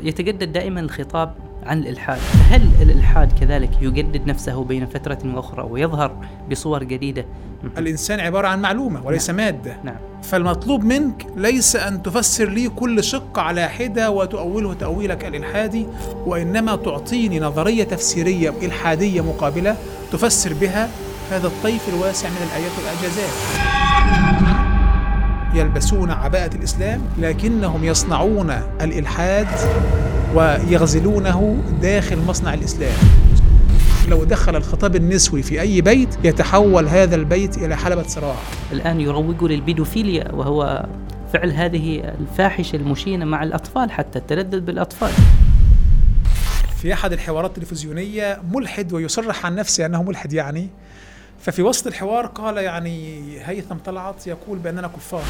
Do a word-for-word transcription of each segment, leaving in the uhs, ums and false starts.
يتجدد دائما الخطاب عن الإلحاد، هل الإلحاد كذلك يجدد نفسه بين فترة وأخرى ويظهر بصور جديدة؟ الإنسان عبارة عن معلومة وليس نعم. مادة. نعم. فالمطلوب منك ليس أن تفسر لي كل شق على حدة وتؤوله تأويلك الإلحادي، وإنما تعطيني نظرية تفسيرية إلحادية مقابلة تفسر بها هذا الطيف الواسع من الآيات والإعجازات. يلبسون عباءة الإسلام لكنهم يصنعون الإلحاد ويغزلونه داخل مصنع الإسلام. لو دخل الخطاب النسوي في أي بيت يتحول هذا البيت إلى حلبة صراع. الآن يروج للبيدوفيليا، وهو فعل هذه الفاحشة المشينة مع الأطفال، حتى التلذذ بالأطفال. في أحد الحوارات التلفزيونية ملحد ويصرح عن نفسه أنه ملحد يعني، ففي وسط الحوار قال يعني هيثم طلعت يقول بأننا كفار.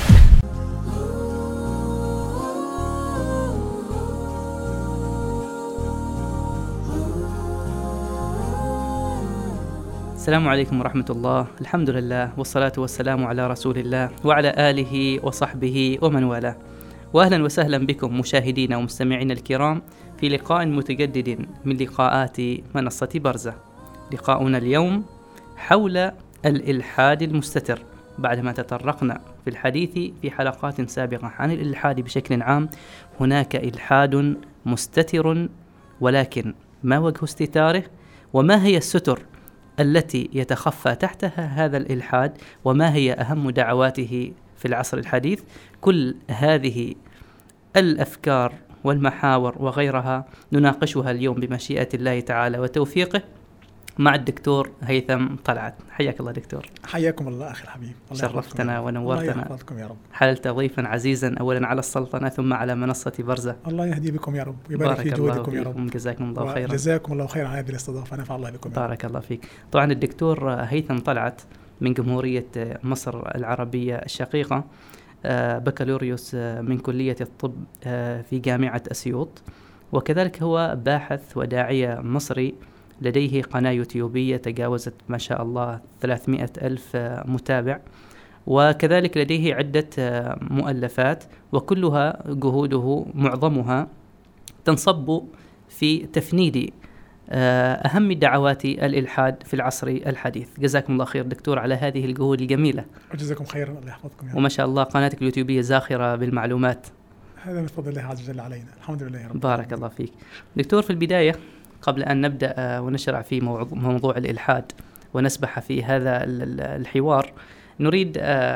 السلام عليكم ورحمة الله، الحمد لله والصلاة والسلام على رسول الله وعلى آله وصحبه ومن والاه. وأهلا وسهلا بكم مشاهدينا ومستمعينا الكرام في لقاء متجدد من لقاءات منصة برزة. لقاؤنا اليوم حول الإلحاد المستتر، بعدما تطرقنا في الحديث في حلقات سابقة عن الإلحاد بشكل عام. هناك إلحاد مستتر، ولكن ما وجه استتاره؟ وما هي الستر التي يتخفى تحتها هذا الإلحاد؟ وما هي أهم دعواته في العصر الحديث؟ كل هذه الأفكار والمحاور وغيرها نناقشها اليوم بمشيئة الله تعالى وتوفيقه مع الدكتور هيثم طلعت. حياك الله دكتور. حياكم الله أخي الحبيب. شرفتنا ونورتنا. الله يحفظكم يا رب. حللت ضيفا عزيزا أولا على السلطنة ثم على منصة برزة. الله يهدي بكم يا رب ويبارك في جهودكم يا رب. جزاكم الله خيرا. جزاكم الله خيرا على هذه الاستضافة، نفع الله بكم. بارك الله فيك. طبعا الدكتور هيثم طلعت من جمهورية مصر العربية الشقيقة، بكالوريوس من كلية الطب في جامعة أسيوط، وكذلك هو باحث وداعية مصري لديه قناة يوتيوبية تجاوزت ما شاء الله ثلاثمائة ألف متابع، وكذلك لديه عدة مؤلفات، وكلها جهوده معظمها تنصب في تفنيد أهم دعوات الإلحاد في العصر الحديث. جزاكم الله خير دكتور على هذه الجهود الجميلة. جزاكم خيرا، الله يحفظكم يا رب. وما شاء الله قناتك اليوتيوبية زاخرة بالمعلومات. هذا من فضل الله عز وجل علينا، الحمد لله يا رب. بارك الله فيك دكتور. في البداية قبل أن نبدأ ونشرع في موضوع الإلحاد ونسبح في هذا الحوار، نريد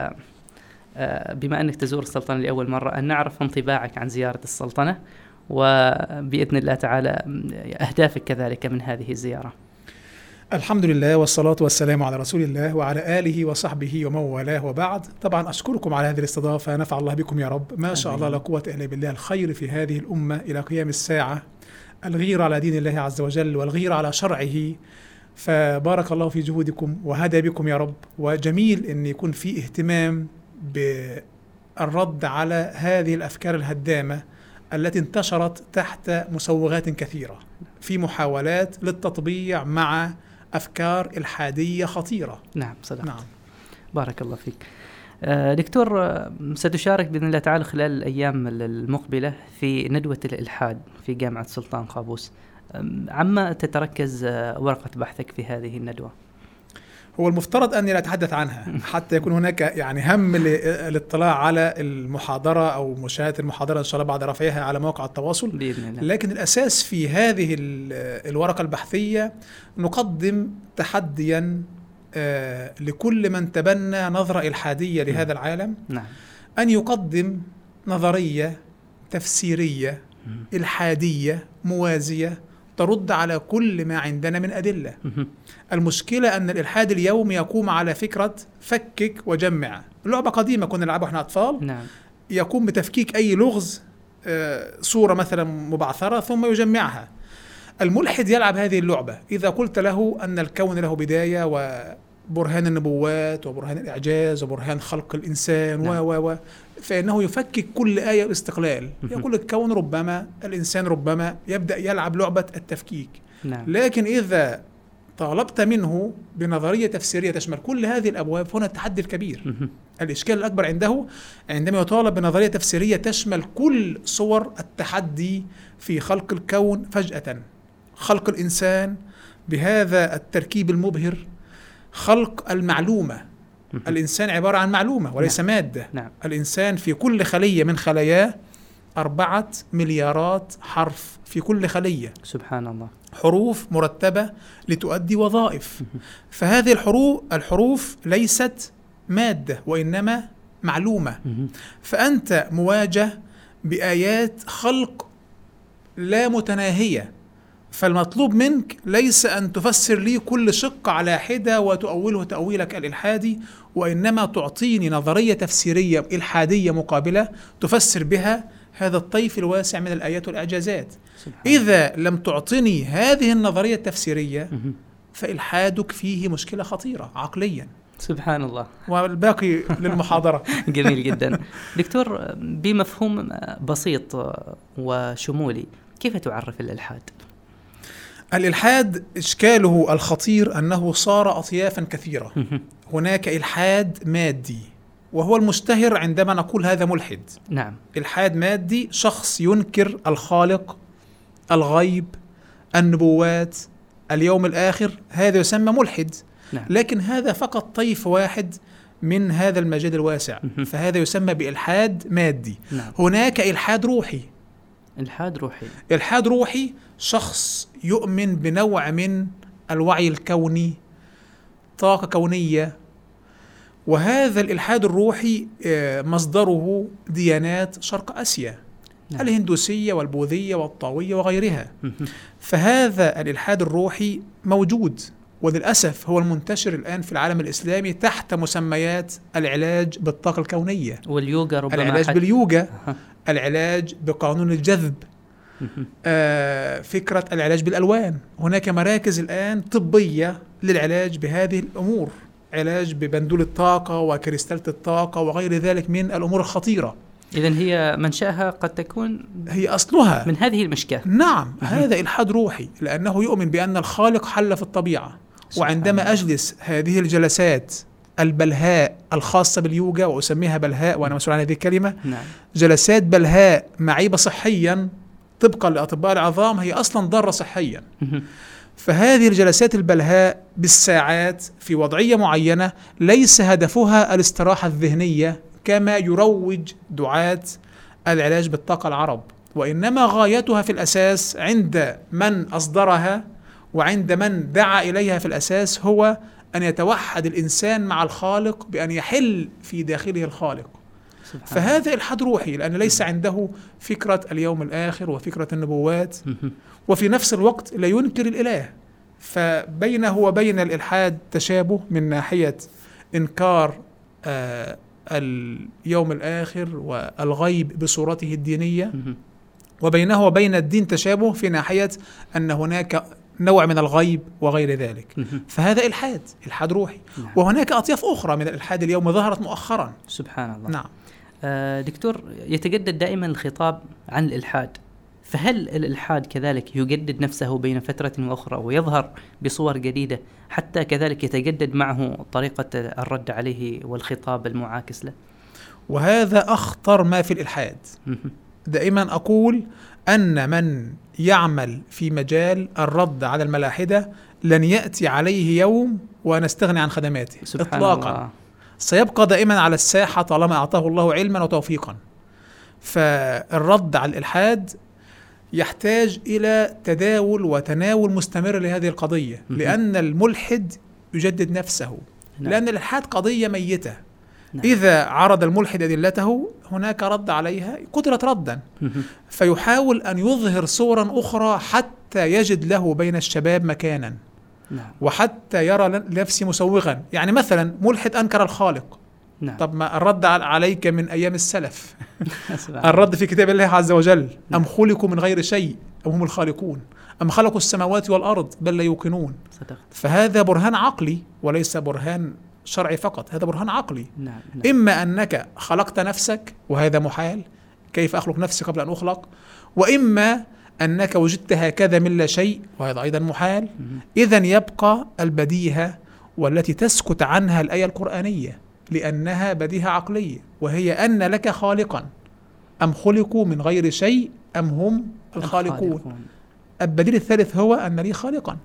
بما أنك تزور السلطنة لأول مرة أن نعرف انطباعك عن زيارة السلطنة، وبإذن الله تعالى أهدافك كذلك من هذه الزيارة. الحمد لله والصلاة والسلام على رسول الله وعلى آله وصحبه ومن والاه، وبعد. طبعا أشكركم على هذه الاستضافة، نفع الله بكم يا رب. ما شاء الله لا قوة إلا بالله، الخير في هذه الأمة إلى قيام الساعة، الغيرة على دين الله عز وجل والغيرة على شرعه، فبارك الله في جهودكم وهدى بكم يا رب. وجميل أن يكون في اهتمام بالرد على هذه الأفكار الهدامة التي انتشرت تحت مسوغات كثيرة في محاولات للتطبيع مع أفكار إلحادية خطيرة. نعم صدقت. نعم. بارك الله فيك دكتور. ستشارك بإذن الله تعالى خلال الأيام المقبلة في ندوة الإلحاد في جامعة سلطان قابوس. عما تتركز ورقة بحثك في هذه الندوة؟ هو المفترض أني لا أتحدث عنها حتى يكون هناك يعني هم الاطلاع على المحاضرة أو مشاهدة المحاضرة إن شاء الله بعد رفعها على مواقع التواصل بإذن الله. لكن الأساس في هذه الورقة البحثية نقدم تحديا آه لكل من تبنى نظرة إلحادية لهذا العالم. نعم. أن يقدم نظرية تفسيرية إلحادية موازية ترد على كل ما عندنا من أدلة. المشكلة أن الإلحاد اليوم يقوم على فكرة فكك وجمع. لعبة قديمة كنا نلعبها احنا أطفال. نعم. يقوم بتفكيك أي لغز، آه صورة مثلا مبعثرة ثم يجمعها. الملحد يلعب هذه اللعبة. إذا قلت له أن الكون له بداية وبرهان النبوات وبرهان الإعجاز وبرهان خلق الإنسان نعم. و و فإنه يفكك كل آية باستقلال. يقول الكون ربما، الإنسان ربما، يبدأ يلعب لعبة التفكيك. نعم. لكن إذا طالبت منه بنظرية تفسيرية تشمل كل هذه الأبواب، هنا التحدي الكبير. الإشكال الأكبر عنده عندما يطالب بنظرية تفسيرية تشمل كل صور التحدي في خلق الكون فجأة، خلق الإنسان بهذا التركيب المبهر، خلق المعلومة. الإنسان عبارة عن معلومة وليس نعم. مادة. نعم. الإنسان في كل خلية من خلاياه أربعة مليارات حرف في كل خلية، سبحان الله، حروف مرتبة لتؤدي وظائف. فهذه الحروف الحروف ليست مادة وإنما معلومة. فأنت مواجه بآيات خلق لا متناهية، فالمطلوب منك ليس أن تفسر لي كل شق على حدة وتؤوله تأويلك الإلحادي، وإنما تعطيني نظرية تفسيرية إلحادية مقابلة تفسر بها هذا الطيف الواسع من الآيات والإعجازات. إذا لم تعطني هذه النظرية التفسيرية فإلحادك فيه مشكلة خطيرة عقليا. سبحان الله. والباقي للمحاضرة. جميل جدا. دكتور، بمفهوم بسيط وشمولي، كيف تعرف الإلحاد؟ الإلحاد إشكاله الخطير أنه صار أطيافا كثيرة. هناك إلحاد مادي وهو المشتهر عندما نقول هذا ملحد. نعم. إلحاد مادي، شخص ينكر الخالق، الغيب، النبوات، اليوم الآخر، هذا يسمى ملحد. نعم. لكن هذا فقط طيف واحد من هذا المجال الواسع، فهذا يسمى بإلحاد مادي. نعم. هناك إلحاد روحي. إلحاد روحي. إلحاد روحي شخص يؤمن بنوع من الوعي الكوني، طاقة كونية، وهذا الإلحاد الروحي مصدره ديانات شرق آسيا. نعم. الهندوسية والبوذية والطاوية وغيرها. فهذا الإلحاد الروحي موجود، وللأسف هو المنتشر الآن في العالم الإسلامي تحت مسميات العلاج بالطاقة الكونية، واليوغا، ربما العلاج حد... باليوغا، العلاج بقانون الجذب، آه فكرة العلاج بالألوان. هناك مراكز الآن طبية للعلاج بهذه الأمور، علاج ببندول الطاقة وكريستالة الطاقة وغير ذلك من الأمور الخطيرة. إذن هي منشأها قد تكون هي أصلها من هذه المشكلة. نعم. هذا إلحاد روحي لأنه يؤمن بأن الخالق حل في الطبيعة. وعندما أجلس هذه الجلسات البلهاء الخاصة باليوغا، وأسميها بلهاء وأنا مسؤول عن هذه الكلمة، نعم. جلسات بلهاء معيبة صحيا طبقا لأطباء العظام، هي أصلا ضارة صحيا. فهذه الجلسات البلهاء بالساعات في وضعية معينة ليس هدفها الاستراحة الذهنية كما يروج دعاة العلاج بالطاقة العرب، وإنما غايتها في الأساس عند من أصدرها وعند من دعا إليها في الأساس هو أن يتوحد الإنسان مع الخالق بأن يحل في داخله الخالق. فهذا إلحاد روحي لأن ليس عنده فكرة اليوم الآخر وفكرة النبوات، وفي نفس الوقت لا ينكر الإله. فبينه وبين الإلحاد تشابه من ناحية إنكار آه اليوم الآخر والغيب بصورته الدينية، وبينه وبين الدين تشابه في ناحية أن هناك نوع من الغيب وغير ذلك. فهذا إلحاد، إلحاد روحي. نعم. وهناك أطياف أخرى من الإلحاد اليوم ظهرت مؤخرا. سبحان الله. نعم. آه دكتور، يتجدد دائما الخطاب عن الإلحاد، فهل الإلحاد كذلك يجدد نفسه بين فترة وأخرى ويظهر بصور جديدة، حتى كذلك يتجدد معه طريقة الرد عليه والخطاب المعاكس له؟ وهذا أخطر ما في الإلحاد. دائما أقول أن من يعمل في مجال الرد على الملاحدة لن يأتي عليه يوم ونستغني عن خدماته إطلاقا. الله. سيبقى دائما على الساحة طالما أعطاه الله علما وتوفيقا. فالرد على الإلحاد يحتاج إلى تداول وتناول مستمر لهذه القضية، لأن الملحد يجدد نفسه. نعم. لأن الإلحاد قضية ميتة. نعم. إذا عرض الملحد أدلته هناك رد عليها قدرة ردا، فيحاول أن يظهر صورا أخرى حتى يجد له بين الشباب مكانا. نعم. وحتى يرى نفسه مسوغا. يعني مثلا ملحد أنكر الخالق. نعم. طب ما الرد عليك من أيام السلف. الرد في كتاب الله عز وجل. نعم. أم خلقوا من غير شيء أم هم الخالقون أم خلقوا السماوات والأرض بل لا يوقنون. صدقت. فهذا برهان عقلي وليس برهان شرعي فقط، هذا برهان عقلي. نعم. نعم. إما أنك خلقت نفسك وهذا محال، كيف أخلق نفسي قبل أن أخلق؟ وإما أنك وجدت هكذا من لا شيء وهذا أيضا محال. إذن يبقى البديهة والتي تسكت عنها الآية القرآنية. لأنها بديهة عقلية، وهي أن لك خالقا أم خلقوا من غير شيء أم هم الخالقون. الخالقون. البديل الثالث هو أن لي خالقا.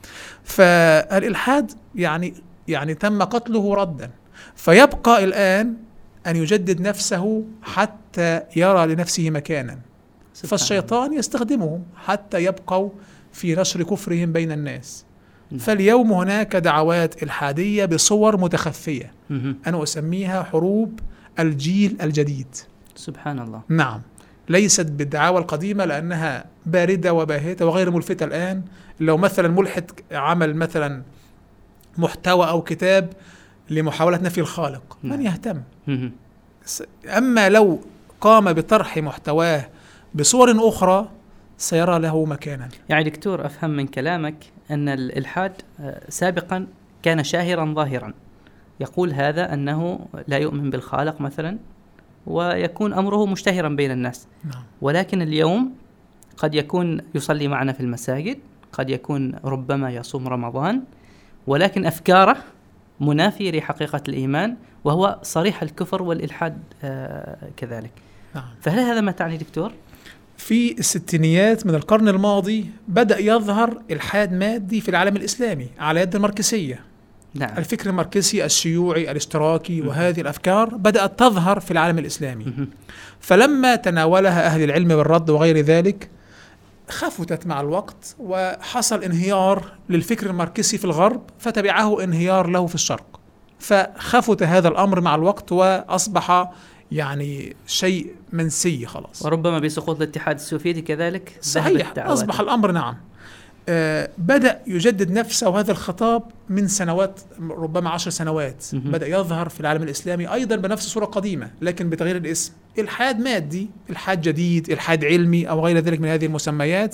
فالإلحاد يعني يعني تم قتله ردا، فيبقى الآن أن يجدد نفسه حتى يرى لنفسه مكانا، فالشيطان يستخدمهم حتى يبقوا في نشر كفرهم بين الناس. فاليوم هناك دعوات إلحادية بصور متخفية، أنا أسميها حروب الجيل الجديد. سبحان الله. نعم، ليست بالدعاوى القديمة لأنها باردة وباهتة وغير ملفتة الآن. لو مثلا ملحد عمل مثلا محتوى أو كتاب لمحاولة نفي الخالق، من يهتم؟ أما لو قام بطرح محتواه بصور أخرى سيرى له مكانا. يعني دكتور، أفهم من كلامك أن الإلحاد سابقا كان شاهرا ظاهرا، يقول هذا أنه لا يؤمن بالخالق مثلا، ويكون أمره مشتهرا بين الناس. نعم. ولكن اليوم قد يكون يصلي معنا في المساجد، قد يكون ربما يصوم رمضان، ولكن أفكاره منافية لحقيقة الإيمان، وهو صريح الكفر والإلحاد آه كذلك. نعم. فهل هذا ما تعني دكتور؟ في الستينيات من القرن الماضي بدأ يظهر إلحاد مادي في العالم الإسلامي على يد الماركسية. نعم. الفكر الماركسي الشيوعي الاشتراكي، وهذه الأفكار بدأت تظهر في العالم الإسلامي. فلما تناولها أهل العلم بالرد وغير ذلك خفتت مع الوقت، وحصل انهيار للفكر الماركسي في الغرب فتبعه انهيار له في الشرق، فخفت هذا الأمر مع الوقت وأصبح يعني شيء منسي خلاص. وربما بسقوط الاتحاد السوفيتي كذلك. صحيح، أصبح الأمر نعم آه بدأ يجدد نفسه، وهذا الخطاب من سنوات، ربما عشر سنوات بدأ يظهر في العالم الإسلامي أيضا بنفس الصورة قديمة لكن بتغيير الاسم، إلحاد مادي، إلحاد جديد، إلحاد علمي أو غير ذلك من هذه المسميات.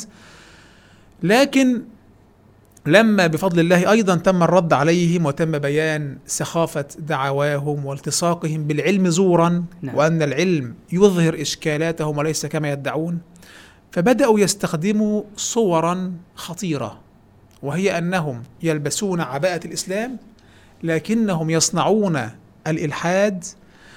لكن لما بفضل الله أيضا تم الرد عليهم وتم بيان سخافة دعواهم والتصاقهم بالعلم زورا، نعم. وأن العلم يظهر إشكالاتهم وليس كما يدعون، فبدأوا يستخدموا صورا خطيرة، وهي أنهم يلبسون عباءة الإسلام لكنهم يصنعون الإلحاد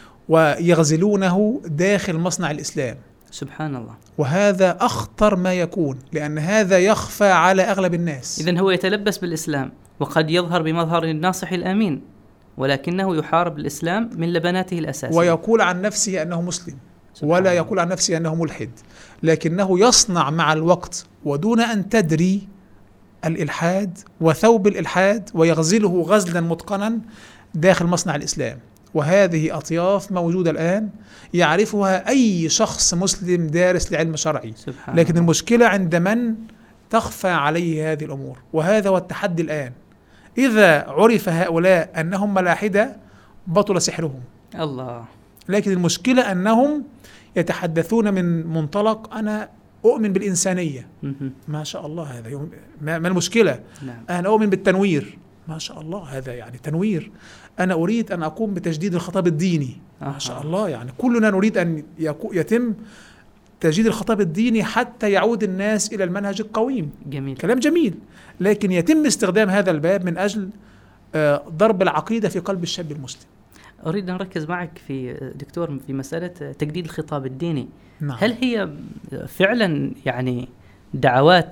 ويغزلونه داخل مصنع الإسلام. سبحان الله. وهذا أخطر ما يكون، لأن هذا يخفى على أغلب الناس. إذن هو يتلبس بالإسلام وقد يظهر بمظهر الناصح الأمين، ولكنه يحارب الإسلام من لبناته الأساسية، ويقول عن نفسه أنه مسلم ولا يقول عن نفسه أنه ملحد، لكنه يصنع مع الوقت ودون أن تدري الإلحاد وثوب الإلحاد ويغزله غزلا متقنا داخل مصنع الإسلام. وهذه أطياف موجودة الآن يعرفها أي شخص مسلم دارس لعلم شرعي، لكن الله. المشكلة عند من تخفى عليه هذه الأمور، وهذا هو التحدي الآن. إذا عرف هؤلاء أنهم ملاحدة بطل سحرهم. الله. لكن المشكلة أنهم يتحدثون من منطلق أنا أؤمن بالإنسانية. ما شاء الله، هذا يوم ما المشكلة؟ نعم. أنا أؤمن بالتنوير. ما شاء الله، هذا يعني تنوير. أنا أريد أن أقوم بتجديد الخطاب الديني. آه. ما شاء الله، يعني كلنا نريد أن يتم تجديد الخطاب الديني حتى يعود الناس إلى المنهج القويم. جميل. كلام جميل، لكن يتم استخدام هذا الباب من أجل ضرب العقيدة في قلب الشاب المسلم. أريد أن أركز معك في دكتور في مسألة تجديد الخطاب الديني. نعم. هل هي فعلا يعني دعوات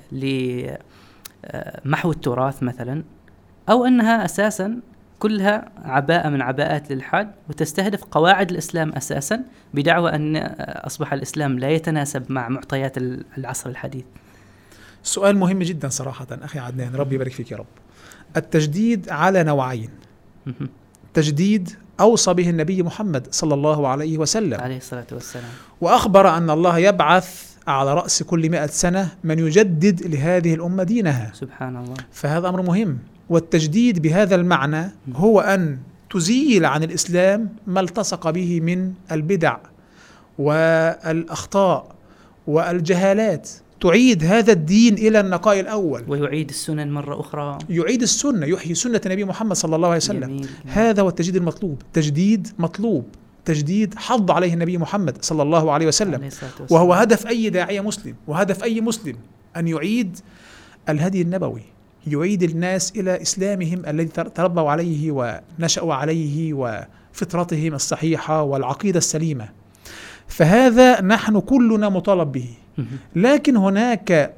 لمحو التراث مثلا، أو أنها أساسا كلها عباءة من عباءات الإلحاد وتستهدف قواعد الإسلام أساسا بدعوى أن أصبح الإسلام لا يتناسب مع معطيات العصر الحديث؟ سؤال مهم جدا صراحة أخي عدنان، ربي يبارك فيك يا رب. التجديد على نوعين. تجديد أوصى به النبي محمد صلى الله عليه وسلم عليه الصلاة والسلام، وأخبر أن الله يبعث على رأس كل مئة سنة من يجدد لهذه الأمة دينها. سبحان الله. فهذا أمر مهم. والتجديد بهذا المعنى هو أن تزيل عن الإسلام ما التصق به من البدع والأخطاء والجهالات، تعيد هذا الدين إلى النقاء الأول، ويعيد السنن مرة أخرى، يعيد السنة، يحيي سنة النبي محمد صلى الله عليه وسلم. جميل. جميل. هذا هو التجديد المطلوب. تجديد مطلوب، تجديد حض عليه النبي محمد صلى الله عليه وسلم، وهو هدف أي داعية مسلم وهدف أي مسلم أن يعيد الهدي النبوي، يعيد الناس إلى إسلامهم الذي تربوا عليه ونشأوا عليه وفطرتهم الصحيحة والعقيدة السليمة. فهذا نحن كلنا مطالب به. لكن هناك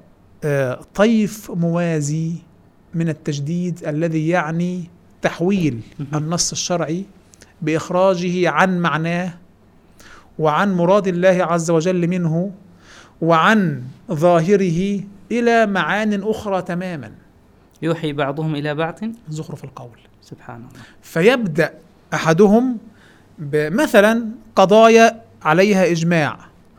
طيف موازي من التجديد الذي يعني تحويل النص الشرعي بإخراجه عن معناه وعن مراد الله عز وجل منه وعن ظاهره إلى معان أخرى تماما. يوحي بعضهم إلى بعض زخرف القول. سبحان الله. فيبدأ أحدهم بمثلا قضايا عليها إجماع،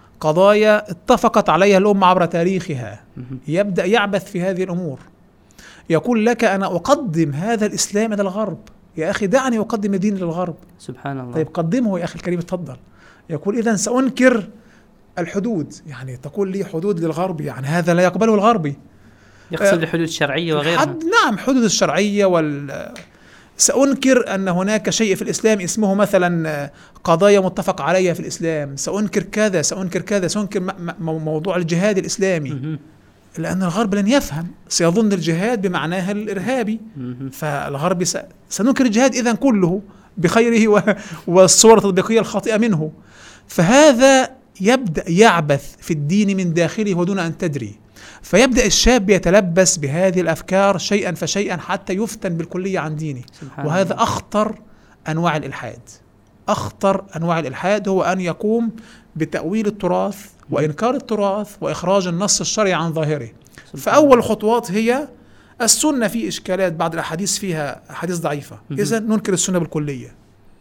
قضايا اتفقت عليها الأمة عبر تاريخها، يبدأ يعبث في هذه الأمور، يقول لك أنا أقدم هذا الإسلام إلى الغرب. يا أخي دعني أقدم الدين للغرب. سبحان الله. طيب قدمه يا أخي الكريم، اتفضل. يقول إذن سأنكر الحدود. يعني تقول لي حدود للغرب، يعني هذا لا يقبله الغربي. يقصد آه الحدود الشرعية وغيرها. حد نعم، حدود الشرعية. وال سأنكر أن هناك شيء في الإسلام اسمه مثلا قضايا متفق عليها في الإسلام، سأنكر كذا سأنكر كذا سأنكر م- م- موضوع الجهاد الإسلامي، لأن الغرب لن يفهم، سيظن الجهاد بمعناها الإرهابي. فالغرب س... سننكر الجهاد إذن كله بخيره و... والصور التطبيقية الخاطئة منه. فهذا يبدأ يعبث في الدين من داخله ودون أن تدري. فيبدأ الشاب يتلبس بهذه الأفكار شيئا فشيئا حتى يفتن بالكلية عن دينه. وهذا أخطر أنواع الإلحاد. أخطر أنواع الإلحاد هو أن يقوم بتأويل التراث وإنكار التراث وإخراج النص الشرعي عن ظاهره. فأول خطوات هي السنة، في إشكالات، بعض الأحاديث فيها أحاديث ضعيفة، إذا ننكر السنة بالكلية.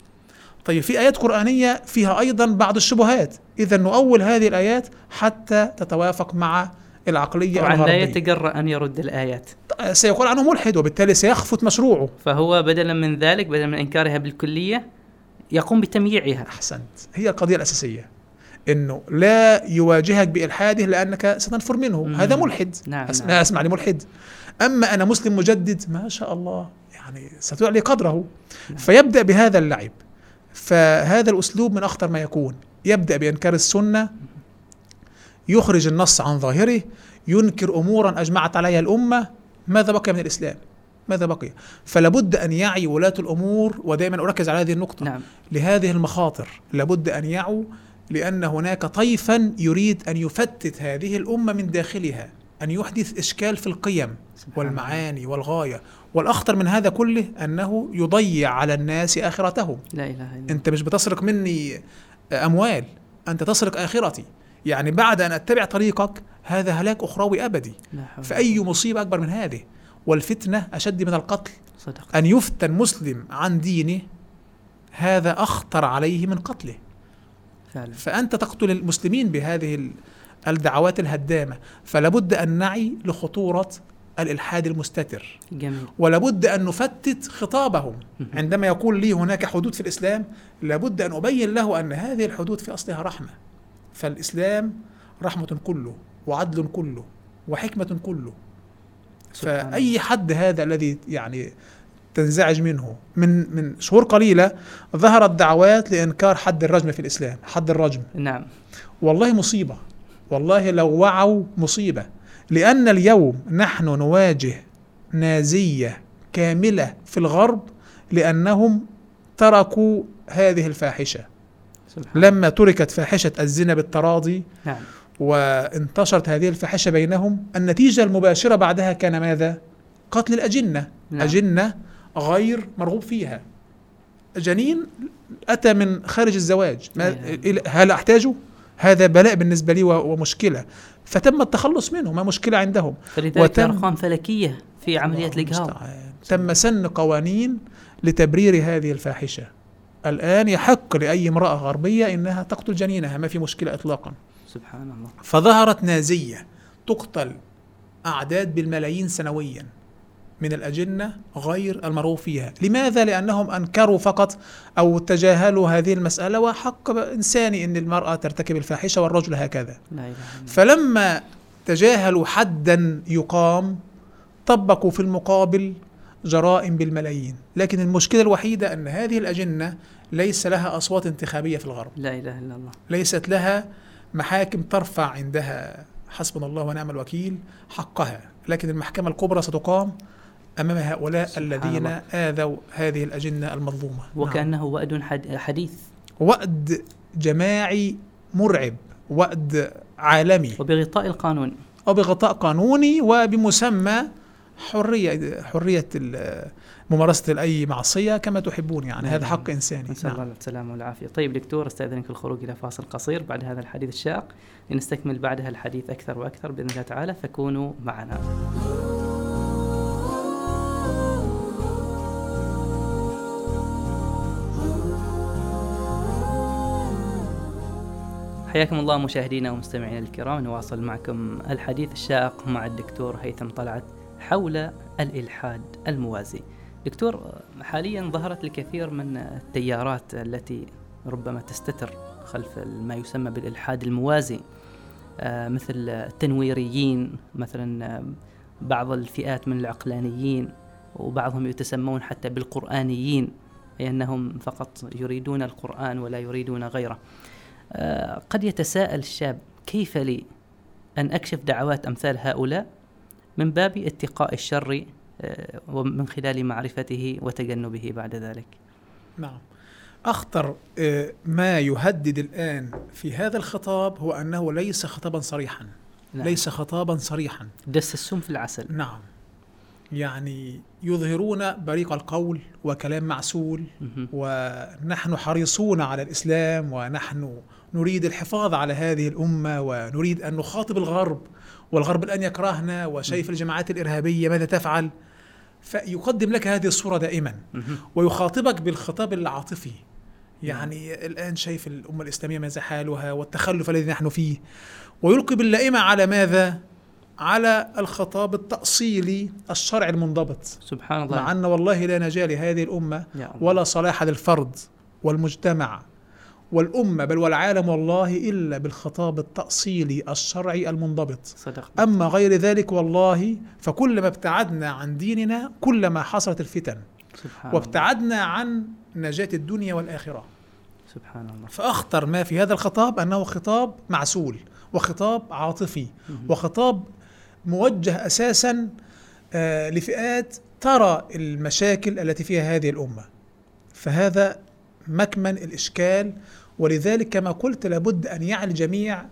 طيب في آيات قرآنية فيها أيضا بعض الشبهات، إذا نؤول هذه الآيات حتى تتوافق مع العقلية طبعا الغربية. لا يتجرأ أن يرد الآيات، سيقول عنه ملحد وبالتالي سيخفت مشروعه. فهو بدلا من ذلك، بدلا من إنكارها بالكلية، يقوم بتمييعها. أحسنت، هي القضية الأساسية، إنه لا يواجهك بإلحاده لأنك ستنفر منه. مم. هذا ملحد. نعم أس... نعم. لا أسمع لملحد. أما أنا مسلم مجدد، ما شاء الله، يعني ستعلي قدره. نعم. فيبدأ بهذا اللعب. فهذا الأسلوب من أخطر ما يكون. يبدأ بإنكار السنة، يخرج النص عن ظاهره، ينكر أمورا أجمعت عليها الأمة. ماذا بقي من الإسلام؟ ماذا بقي؟ فلابد أن يعي ولاة الأمور، ودائما أركز على هذه النقطة. نعم. لهذه المخاطر لابد أن يعوا، لأن هناك طيفا يريد أن يفتت هذه الأمة من داخلها، أن يحدث إشكال في القيم والمعاني والغاية. والأخطر من هذا كله أنه يضيع على الناس آخرتهم. لا إله إلا الله. أنت مش بتسرق مني أموال، أنت تسرق آخرتي. يعني بعد أن أتبع طريقك هذا هلاك أخروي أبدي. فأي مصيبة أكبر من هذه؟ والفتنة أشد من القتل. صدق. أن يفتن مسلم عن دينه هذا أخطر عليه من قتله. فعلا. فأنت تقتل المسلمين بهذه الدعوات الهدامة. فلابد أن نعي لخطورة الإلحاد المستتر. جميل. ولابد أن نفتت خطابهم. عندما يقول لي هناك حدود في الإسلام، لابد أن أبين له أن هذه الحدود في أصلها رحمة. فالإسلام رحمة كله وعدل كله وحكمة كله. فأي حد هذا الذي يعني تنزعج منه. من من شهور قليلة ظهرت دعوات لإنكار حد الرجم في الإسلام، حد الرجم. نعم. والله مصيبة، والله لو وعوا مصيبة، لأن اليوم نحن نواجه نازية كاملة في الغرب لأنهم تركوا هذه الفاحشة. لما تركت فاحشة الزنا بالتراضي، نعم، وانتشرت هذه الفاحشة بينهم، النتيجة المباشرة بعدها كان ماذا؟ قتل الأجنة. نعم. أجنة غير مرغوب فيها، جنين أتى من خارج الزواج، ما هل أحتاجه؟ هذا بلاء بالنسبة لي ومشكلة، فتم التخلص منه، ما مشكلة عندهم. فلذلك أرقام فلكية في عملية الإجهاض. تم سن قوانين لتبرير هذه الفاحشة. الآن يحق لأي امرأة غربية إنها تقتل جنينها، ما في مشكلة إطلاقا. سبحان الله. فظهرت نازية تقتل أعداد بالملايين سنويا من الأجنة غير المرغوب فيها. لماذا؟ لأنهم أنكروا فقط أو تجاهلوا هذه المسألة، وحق إنساني أن المرأة ترتكب الفاحشة والرجل هكذا. لا إله. فلما تجاهلوا حدا يقام، طبقوا في المقابل جرائم بالملايين. لكن المشكلة الوحيدة أن هذه الأجنة ليس لها أصوات انتخابية في الغرب. لا إله إلا الله. ليست لها محاكم ترفع عندها حسبنا الله ونعم الوكيل حقها، لكن المحكمة الكبرى ستقام أمام هؤلاء الذين الله. آذوا هذه الأجنة المظلومة. وكأنه نعم. وأد حديث، وأد جماعي مرعب، وأد عالمي، وبغطاء القانون أو بغطاء قانوني، وبمسمى حرية حرية ممارسة أي معصية كما تحبون، يعني نعم. هذا حق إنساني. نسأل الله السلامة والعافية. طيب دكتور، استأذنك الخروج إلى فاصل قصير بعد هذا الحديث الشاق لنستكمل بعدها الحديث أكثر وأكثر بإذن الله تعالى، فكونوا معنا. حياكم الله مشاهدينا ومستمعينا الكرام، نواصل معكم الحديث الشاق مع الدكتور هيثم طلعت حول الإلحاد الموازي. دكتور، حاليا ظهرت الكثير من التيارات التي ربما تستتر خلف ما يسمى بالإلحاد الموازي، مثل التنويريين مثلا، بعض الفئات من العقلانيين، وبعضهم يتسمون حتى بالقرآنيين، أي أنهم فقط يريدون القرآن ولا يريدون غيره. قد يتساءل الشاب: كيف لي أن أكشف دعوات أمثال هؤلاء من باب اتقاء الشر ومن خلال معرفته وتجنبه بعد ذلك؟ نعم، أخطر ما يهدد الآن في هذا الخطاب هو أنه ليس خطابا صريحا. نعم. ليس خطابا صريحا، دس السم في العسل. نعم، يعني يظهرون بريق القول وكلام معسول، ونحن حريصون على الإسلام، ونحن نريد الحفاظ على هذه الأمة، ونريد أن نخاطب الغرب، والغرب الآن يكرهنا وشايف الجماعات الإرهابية ماذا تفعل، فيقدم لك هذه الصورة دائما، ويخاطبك بالخطاب العاطفي. يعني الآن شايف الأمة الإسلامية ماذا حالها والتخلف الذي نحن فيه، ويلقي باللائمة على ماذا؟ على الخطاب التأصيلي الشرعي المنضبط. سبحان الله. مع أن والله لا نجاة لهذه الأمة ولا صلاح للفرد والمجتمع والأمة بل والعالم والله إلا بالخطاب التأصيلي الشرعي المنضبط. صدق. أما غير ذلك والله فكلما ابتعدنا عن ديننا كلما حصلت الفتن، سبحان وابتعدنا الله. عن نجاة الدنيا والآخرة. سبحان الله. فأخطر ما في هذا الخطاب أنه خطاب معسول، وخطاب عاطفي، وخطاب موجه أساسا آه لفئات ترى المشاكل التي فيها هذه الأمة. فهذا مكمن الإشكال، ولذلك كما قلت لابد أن يعي الجميع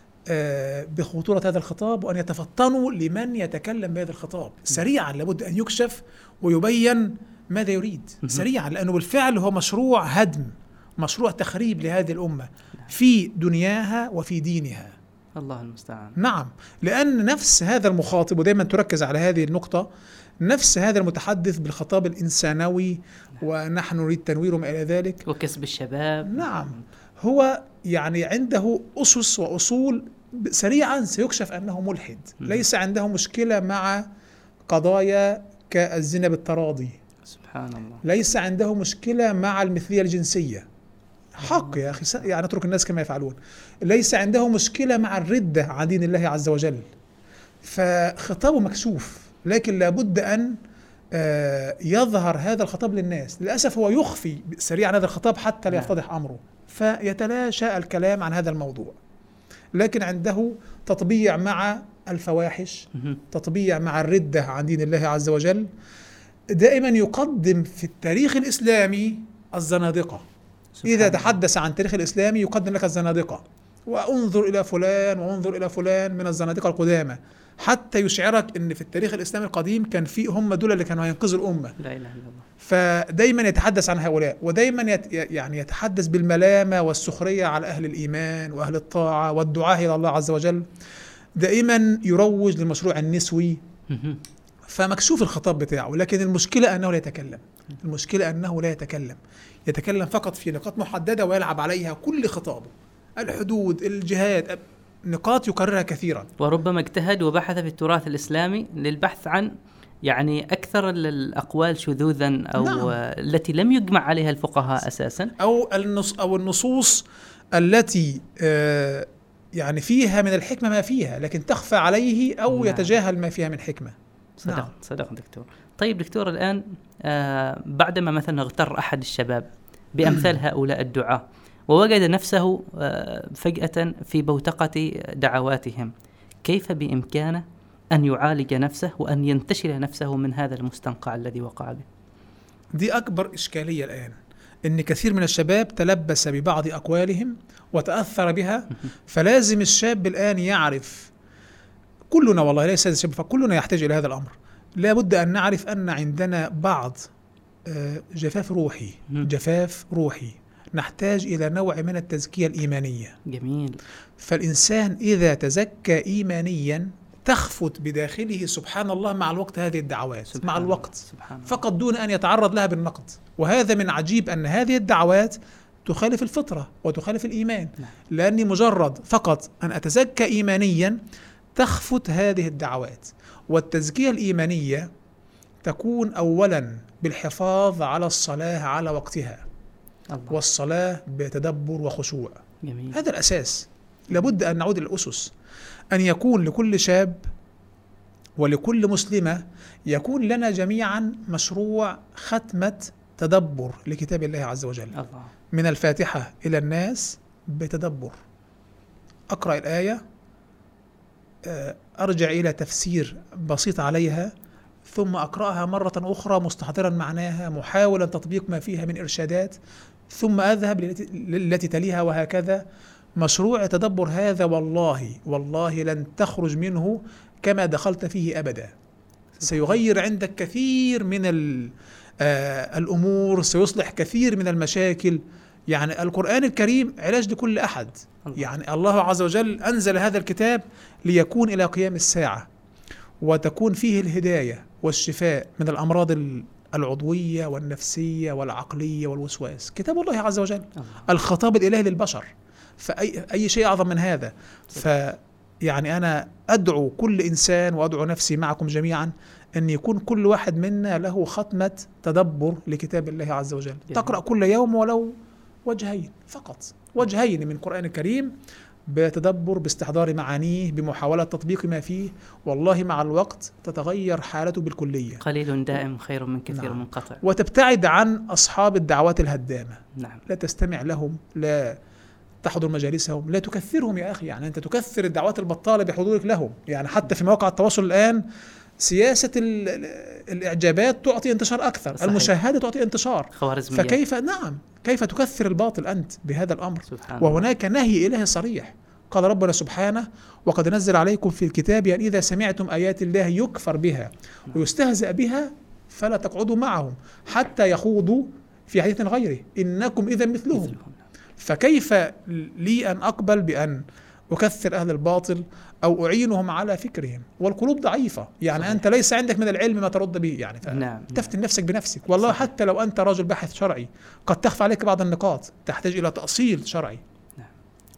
آه بخطورة هذا الخطاب، وأن يتفطنوا لمن يتكلم بهذا الخطاب. سريعا لابد أن يكشف ويبين ماذا يريد سريعا، لأنه بالفعل هو مشروع هدم، مشروع تخريب لهذه الأمة في دنياها وفي دينها. الله المستعان. نعم، لأن نفس هذا المخاطب، ودائما تركز على هذه النقطة، نفس هذا المتحدث بالخطاب الإنسانوي ونحن نريد تنويره ما إلى ذلك وكسب الشباب. نعم، هو يعني عنده أسس وأصول سريعا سيكشف أنه ملحد. ليس عنده مشكلة مع قضايا كالزنا بالتراضي. سبحان الله. ليس عنده مشكلة مع المثلية الجنسية. حق يا أخي، يعني اترك الناس كما يفعلون. ليس عنده مشكلة مع الردة عن دين الله عز وجل. فخطابه مكشوف، لكن لابد أن يظهر هذا الخطاب للناس. للأسف هو يخفي سريعا هذا الخطاب حتى لا يفتضح أمره، فيتلاشى الكلام عن هذا الموضوع. لكن عنده تطبيع مع الفواحش، تطبيع مع الردة عن دين الله عز وجل. دائما يقدم في التاريخ الإسلامي الزنادقة. إذا تحدث عن التاريخ الإسلامي يقدم لك الزنادقة، وانظر إلى فلان وانظر إلى فلان من الزنادقة القدامى، حتى يشعرك أن في التاريخ الإسلامي القديم كان في هم دول اللي كانوا هينقذوا الأمة. لا إله إلا الله. فدايما يتحدث عن هؤلاء، ودايما يت يعني يتحدث بالملامة والسخرية على أهل الإيمان وأهل الطاعة والدعاء إلى الله عز وجل. دائما يروج للمشروع النسوي، فمكشوف الخطاب بتاعه. لكن المشكلة أنه لا يتكلم، المشكلة أنه لا يتكلم يتكلم فقط في نقاط محددة ويلعب عليها كل خطابه. الحدود، الجهاد، نقاط يكررها كثيرا. وربما اجتهد وبحث في التراث الإسلامي للبحث عن يعني أكثر الأقوال شذوذا أو نعم. التي لم يجمع عليها الفقهاء أساسا، أو النص أو النصوص التي آه يعني فيها من الحكمة ما فيها لكن تخفى عليه أو نعم. يتجاهل ما فيها من حكمة. صدق نعم. صدق دكتور. طيب دكتور، الآن آه بعدما مثلا اغتر أحد الشباب بأمثال هؤلاء الدعاة ووجد نفسه آه فجأة في بوتقة دعواتهم، كيف بإمكانه أن يعالج نفسه وأن ينتشل نفسه من هذا المستنقع الذي وقع به. دي أكبر إشكالية الآن، إن كثير من الشباب تلبس ببعض أقوالهم وتأثر بها. فلازم الشاب الآن يعرف، كلنا والله ليس الشاب فكلنا يحتاج إلى هذا الأمر، لا بد أن نعرف أن عندنا بعض جفاف روحي جفاف روحي نحتاج إلى نوع من التزكية الإيمانية. جميل. فالإنسان إذا تزكى إيمانيا تخفت بداخله سبحان الله مع الوقت هذه الدعوات مع الوقت فقط دون أن يتعرض لها بالنقد. وهذا من عجيب أن هذه الدعوات تخالف الفطرة وتخالف الإيمان، لأني مجرد فقط أن أتزكى إيمانيا تخفت هذه الدعوات. والتزكية الإيمانية تكون أولا بالحفاظ على الصلاة على وقتها الله. والصلاة بتدبر وخشوع. جميل. هذا الأساس. لابد أن نعود إلى الأسس، أن يكون لكل شاب ولكل مسلمة يكون لنا جميعا مشروع ختمة تدبر لكتاب الله عز وجل الله. من الفاتحة إلى الناس بتدبر، أقرأ الآية، أرجع إلى تفسير بسيط عليها، ثم أقرأها مرة أخرى مستحضرا معناها محاولا تطبيق ما فيها من إرشادات، ثم أذهب للتي تليها، وهكذا. مشروع تدبر هذا والله والله لن تخرج منه كما دخلت فيه أبدا. سيغير عندك كثير من الأمور، سيصلح كثير من المشاكل. يعني القرآن الكريم علاج لكل أحد. يعني الله عز وجل أنزل هذا الكتاب ليكون إلى قيام الساعة، وتكون فيه الهداية والشفاء من الأمراض العضوية والنفسية والعقلية والوسواس. كتاب الله عز وجل الله. الخطاب الإلهي للبشر، فأي أي شيء أعظم من هذا. فيعني أنا أدعو كل إنسان وأدعو نفسي معكم جميعا أن يكون كل واحد منا له ختمة تدبر لكتاب الله عز وجل. جميل. تقرأ كل يوم ولو وجهين فقط، وجهين من القرآن الكريم، بتدبر، باستحضار معانيه، بمحاولة تطبيق ما فيه. والله مع الوقت تتغير حالته بالكلية. قليل دائم خير من كثير نعم. منقطع. وتبتعد عن أصحاب الدعوات الهدامة. نعم. لا تستمع لهم، لا تحضر مجالسهم، لا تكثرهم يا أخي. يعني أنت تكثر الدعوات البطالة بحضورك لهم. يعني حتى في مواقع التواصل الآن سياسة الإعجابات تعطي انتشار أكثر. صحيح. المشاهدة تعطي انتشار. خوارزمية. فكيف نعم كيف تكثر الباطل أنت بهذا الأمر؟ وهناك نهي إلهي صريح. قال ربنا سبحانه: وقد نزل عليكم في الكتاب أن إذا سمعتم آيات الله يكفر بها ويستهزأ بها فلا تقعدوا معهم حتى يخوضوا في حديث غيره إنكم إذا مثلهم. فكيف لي أن أقبل بأن أكثر أهل الباطل أو أعينهم على فكرهم؟ والقلوب ضعيفة. يعني صحيح. أنت ليس عندك من العلم ما ترد به. يعني نعم. تفتن نفسك بنفسك. والله صحيح. حتى لو أنت رجل باحث شرعي قد تخفى عليك بعض النقاط تحتاج إلى تأصيل شرعي. نعم.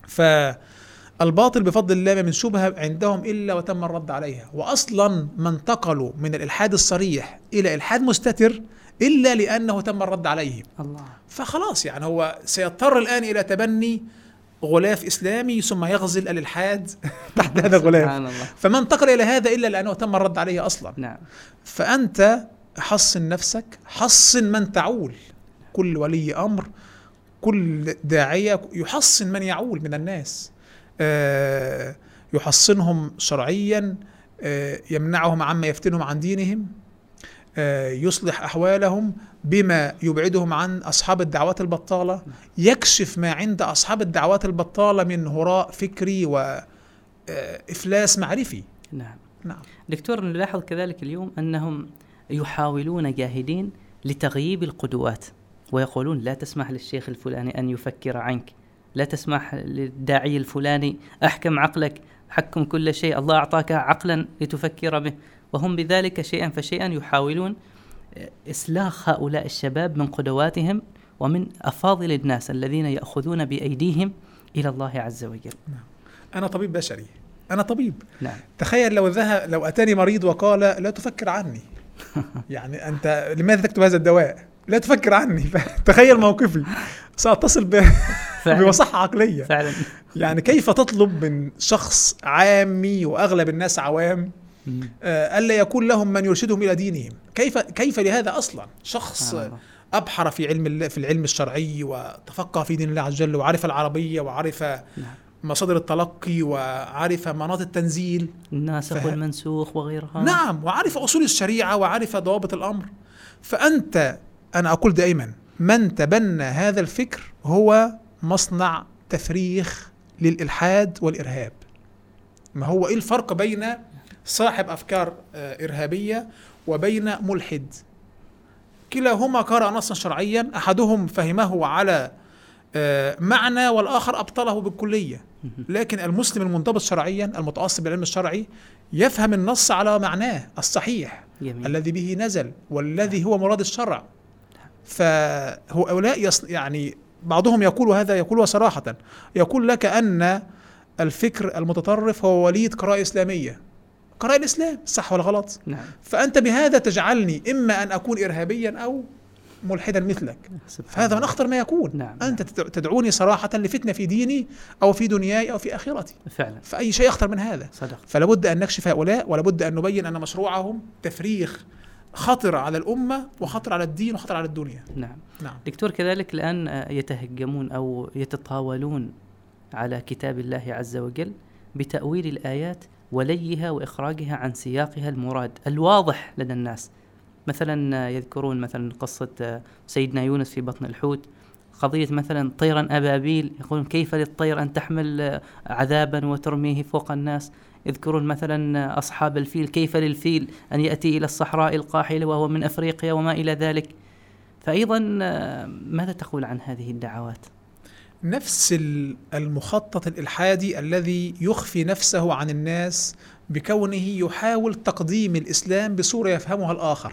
فالباطل بفضل الله ما من شبهة عندهم إلا وتم الرد عليها. وأصلا ما انتقلوا من الإلحاد الصريح إلى إلحاد مستتر إلا لأنه تم الرد عليه. الله. فخلاص يعني هو سيضطر الآن إلى تبني غلاف إسلامي ثم يغزل الإلحاد تحت هذا الغلاف. فما انتقل إلى هذا إلا لأنه تم الرد عليه أصلا. نعم. فأنت حصن نفسك، حصن من تعول. كل ولي أمر، كل داعية يحصن من يعول من الناس، آه يحصنهم شرعيا، آه يمنعهم عما يفتنهم عن دينهم، آه يصلح أحوالهم بما يبعدهم عن أصحاب الدعوات البطالة، يكشف ما عند أصحاب الدعوات البطالة من هراء فكري وإفلاس معرفي. نعم. نعم. دكتور، نلاحظ كذلك اليوم أنهم يحاولون جاهدين لتغييب القدوات، ويقولون لا تسمح للشيخ الفلاني أن يفكر عنك، لا تسمح للداعي الفلاني أحكم عقلك، حكم كل شيء، الله أعطاك عقلا لتفكر به. وهم بذلك شيئا فشيئا يحاولون إسلاخ هؤلاء الشباب من قدواتهم ومن أفاضل الناس الذين يأخذون بأيديهم إلى الله عز وجل. أنا طبيب بشري، أنا طبيب. نعم. تخيل لو ذهب لو أتاني مريض وقال لا تفكر عني. يعني أنت لماذا تكتب هذا الدواء؟ لا تفكر عني. تخيل موقفي، سأتصل ب... بمصحة عقلية فعلا. يعني كيف تطلب من شخص عامي وأغلب الناس عوام آه ألا يكون لهم من يرشدهم إلى دينهم؟ كيف كيف لهذا أصلا؟ شخص أبحر في علم في العلم الشرعي وتفقه في دين الله عز وجل وعرف العربية وعرف مصادر التلقي وعرف مناط التنزيل الناسخ فه... والمنسوخ وغيرها. نعم، وعرف أصول الشريعة وعرف ضوابط الأمر. فأنت، أنا أقول دائما، من تبنى هذا الفكر هو مصنع تفريخ للإلحاد والإرهاب. ما هو إيه الفرق بين صاحب أفكار إرهابية وبين ملحد؟ كلاهما قرأ نصا شرعيا، أحدهم فهمه على معنى والآخر أبطله بالكلية. لكن المسلم المنضبط شرعيا المتعصب بالعلم الشرعي يفهم النص على معناه الصحيح جميل. الذي به نزل والذي هو مراد الشرع. فهؤلاء يص... يعني بعضهم يقول هذا، يقول صراحة، يقول لك أن الفكر المتطرف هو وليد قراءة إسلامية، قراءة الإسلام صح ولا غلط؟ نعم. فأنت بهذا تجعلني إما أن أكون إرهابيا أو ملحدا مثلك. فهذا من أخطر ما يكون. نعم. أنت تدعوني صراحة لفتنة في ديني أو في دنياي أو في آخرتي فعلا. فأي شيء أخطر من هذا. صدق. فلابد أن نكشف هؤلاء، ولابد أن نبين أن مشروعهم تفريخ خطر على الأمة وخطر على الدين وخطر على الدنيا. نعم. نعم. دكتور، كذلك الآن يتهجمون أو يتطاولون على كتاب الله عز وجل بتأويل الآيات وليها وإخراجها عن سياقها المراد الواضح لدى الناس. مثلا يذكرون مثلا قصة سيدنا يونس في بطن الحوت، قضية مثلا طيرا أبابيل، يقولون كيف للطير أن تحمل عذابا وترميه فوق الناس. يذكرون مثلا أصحاب الفيل، كيف للفيل أن يأتي إلى الصحراء القاحلة وهو من أفريقيا وما إلى ذلك. فأيضا ماذا تقول عن هذه الدعوات؟ نفس المخطط الإلحادي الذي يخفي نفسه عن الناس بكونه يحاول تقديم الإسلام بصورة يفهمها الآخر.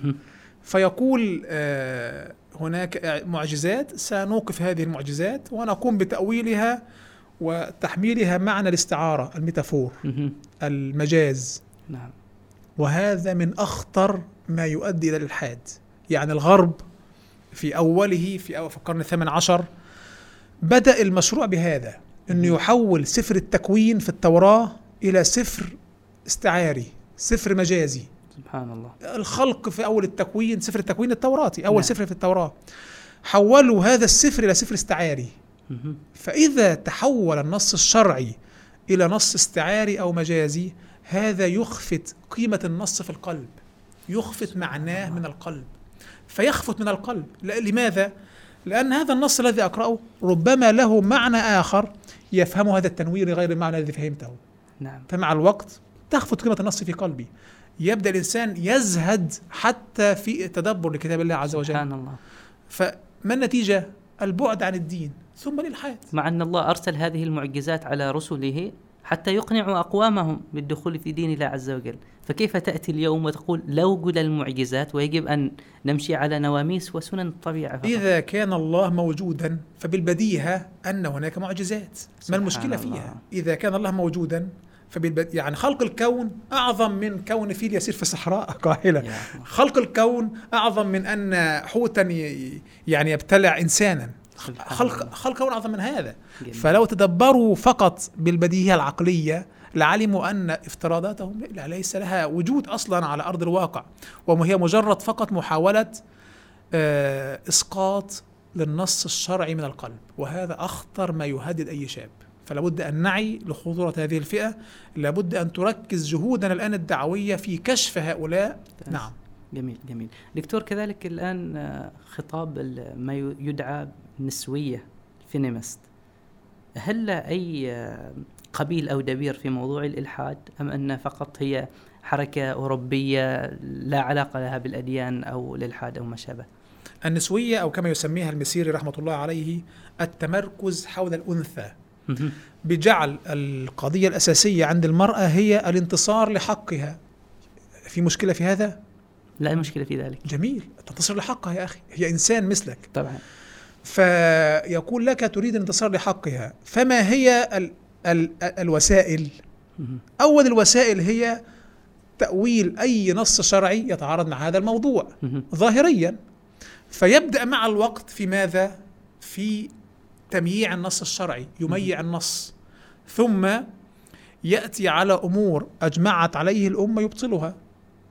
فيقول آه هناك معجزات، سنوقف هذه المعجزات ونقوم بتأويلها وتحميلها معنى الاستعارة، الميتافور، المجاز. نعم. وهذا من أخطر ما يؤدي إلى الإلحاد. يعني الغرب في أوله في أول في القرن الثامن عشر بدأ المشروع بهذا، أنه يحول سفر التكوين في التوراة إلى سفر استعاري، سفر مجازي. سبحان الله. الخلق في أول التكوين، سفر التكوين التوراتي، أول نعم. سفر في التوراة، حولوا هذا السفر إلى سفر استعاري. فإذا تحول النص الشرعي إلى نص استعاري أو مجازي، هذا يخفت قيمة النص في القلب، يخفت معناه من القلب، فيخفت من القلب. لماذا؟ لأن هذا النص الذي أقرأه ربما له معنى آخر يفهم هذا التنوير غير المعنى الذي فهمته. نعم. فمع الوقت تخفت قيمة النص في قلبي، يبدأ الإنسان يزهد حتى في التدبر لكتاب الله عز وجل. سبحان الله. فما النتيجة؟ البعد عن الدين ثم الإلحاد. مع أن الله أرسل هذه المعجزات على رسله حتى يقنعوا أقوامهم بالدخول في دين الله عز وجل، فكيف تأتي اليوم وتقول لا وجود المعجزات ويجب أن نمشي على نواميس وسنن الطبيعة فقط؟ إذا كان الله موجودا فبالبديهة أن هناك معجزات، ما المشكلة فيها؟ الله. إذا كان الله موجودا فبالبد... يعني خلق الكون أعظم من كون فيل يسير في الصحراء قاهلة. خلق الكون أعظم من أن حوتا ي... يعني يبتلع إنسانا. خلق خلق كون أعظم من هذا. جميل. فلو تدبروا فقط بالبديهة العقلية لعلموا أن افتراضاتهم ليس لها وجود أصلا على أرض الواقع، وهي مجرد فقط محاولة آه إسقاط للنص الشرعي من القلب، وهذا أخطر ما يهدد أي شاب. فلابد أن نعي لخطورة هذه الفئة، لابد أن تركز جهودنا الآن الدعوية في كشف هؤلاء. نعم. جميل جميل. دكتور، كذلك الآن خطاب ما يدعى نسوية فينيمست، هل أي قبيل أو دبير في موضوع الإلحاد، أم أن فقط هي حركة أوروبية لا علاقة لها بالأديان أو الإلحاد أو ما شابه؟ النسوية أو كما يسميها المسيري رحمة الله عليه التمركز حول الأنثى، بجعل القضية الأساسية عند المرأة هي الانتصار لحقها. في مشكلة في هذا؟ لا مشكلة في ذلك. جميل، تنتصر لحقها يا أخي، هي إنسان مثلك طبعا. فيقول لك تريد الانتصار لحقها، فما هي ال ال الوسائل؟ أول الوسائل هي تأويل أي نص شرعي يتعارض مع هذا الموضوع ظاهريا، فيبدأ مع الوقت في ماذا؟ في تمييع النص الشرعي، يميع النص، ثم يأتي على أمور أجمعت عليه الأمة يبطلها،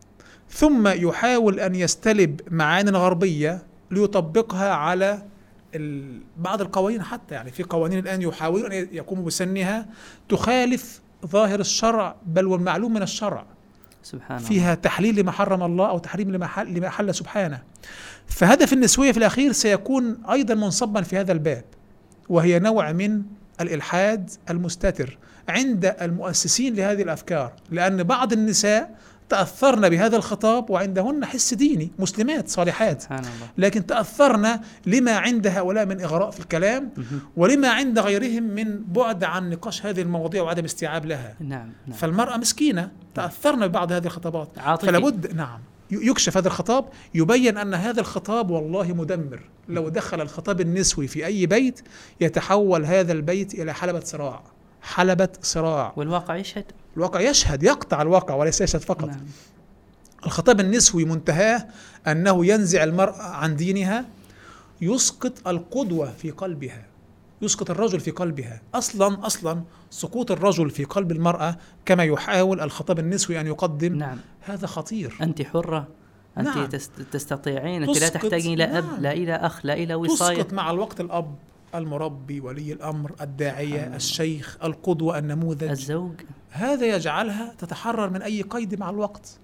ثم يحاول أن يستلب معاني غربية ليطبقها على بعض القوانين حتى، يعني في قوانين الآن يحاولون أن يقوموا بسنها تخالف ظاهر الشرع بل والمعلوم من الشرع، سبحان فيها الله. تحليل لما حرم الله أو تحريم لما حل, لما حل سبحانه. فهدف النسوية في الأخير سيكون أيضا منصبا في هذا الباب، وهي نوع من الإلحاد المستتر عند المؤسسين لهذه الأفكار، لأن بعض النساء تأثرن بهذا الخطاب وعندهن حس ديني، مسلمات صالحات، سبحان الله. لكن تأثرن لما عند هؤلاء من إغراء في الكلام ولما عند غيرهم من بعد عن نقاش هذه المواضيع وعدم استيعاب لها. نعم. نعم. فالمرأة مسكينة تأثرن ببعض هذه الخطابات، عاطفي. فلا بد نعم يكشف هذا الخطاب، يبين أن هذا الخطاب والله مدمر. لو دخل الخطاب النسوي في أي بيت يتحول هذا البيت إلى حلبة صراع، حلبة صراع. والواقع يشهد، الواقع يشهد، يقطع الواقع وليس يشهد فقط. نعم. الخطاب النسوي منتهاه أنه ينزع المرأة عن دينها، يسقط القدوة في قلبها، يسقط الرجل في قلبها. أصلا أصلا سقوط الرجل في قلب المرأة كما يحاول الخطاب النسوي أن يقدم، نعم. هذا خطير. أنت حرة، أنت نعم. تستطيعين، أنت لا تحتاجين إلى أب، نعم. لا إلى أخ، لا إلى وصاية. تسقط مع الوقت الأب، المربي، ولي الأمر، الداعية، الشيخ، القدوة، النموذج، الزوج. هذا يجعلها تتحرر من أي قيد مع الوقت،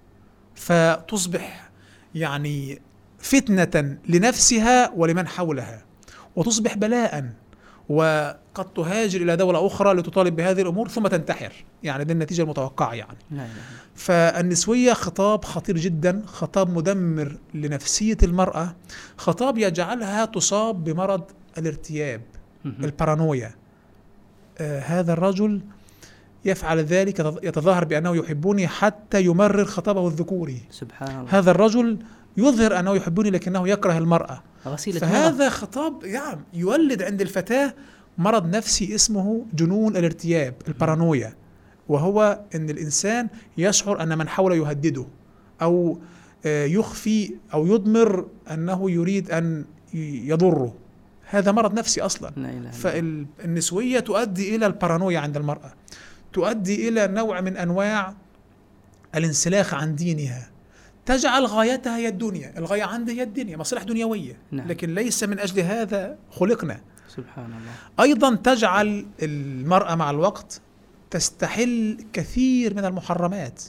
فتصبح يعني فتنة لنفسها ولمن حولها، وتصبح بلاء، وقد تهاجر إلى دولة أخرى لتطالب بهذه الأمور ثم تنتحر. يعني دي النتيجة المتوقعة يعني. لا لا. فالنسوية خطاب خطير جدا، خطاب مدمر لنفسية المرأة، خطاب يجعلها تصاب بمرض الارتياب، البارانويا. آه هذا الرجل يفعل ذلك، يتظاهر بأنه يحبني حتى يمرر خطابه الذكوري. سبحان الله. هذا الرجل يظهر أنه يحبني لكنه يكره المرأة. فهذا مرة. خطاب يعني يولد عند الفتاة مرض نفسي اسمه جنون الارتياب، البارانويا، وهو أن الإنسان يشعر أن من حوله يهدده أو يخفي أو يضمر أنه يريد أن يضره. هذا مرض نفسي أصلا. فالنسوية تؤدي إلى البارانويا عند المرأة، تؤدي إلى نوع من أنواع الانسلاخ عن دينها، تجعل غايتها هي الدنيا، الغاية عندها هي الدنيا، مصلحة دنيوية. نعم. لكن ليس من أجل هذا خلقنا. سبحان الله. أيضا تجعل المرأة مع الوقت تستحل كثير من المحرمات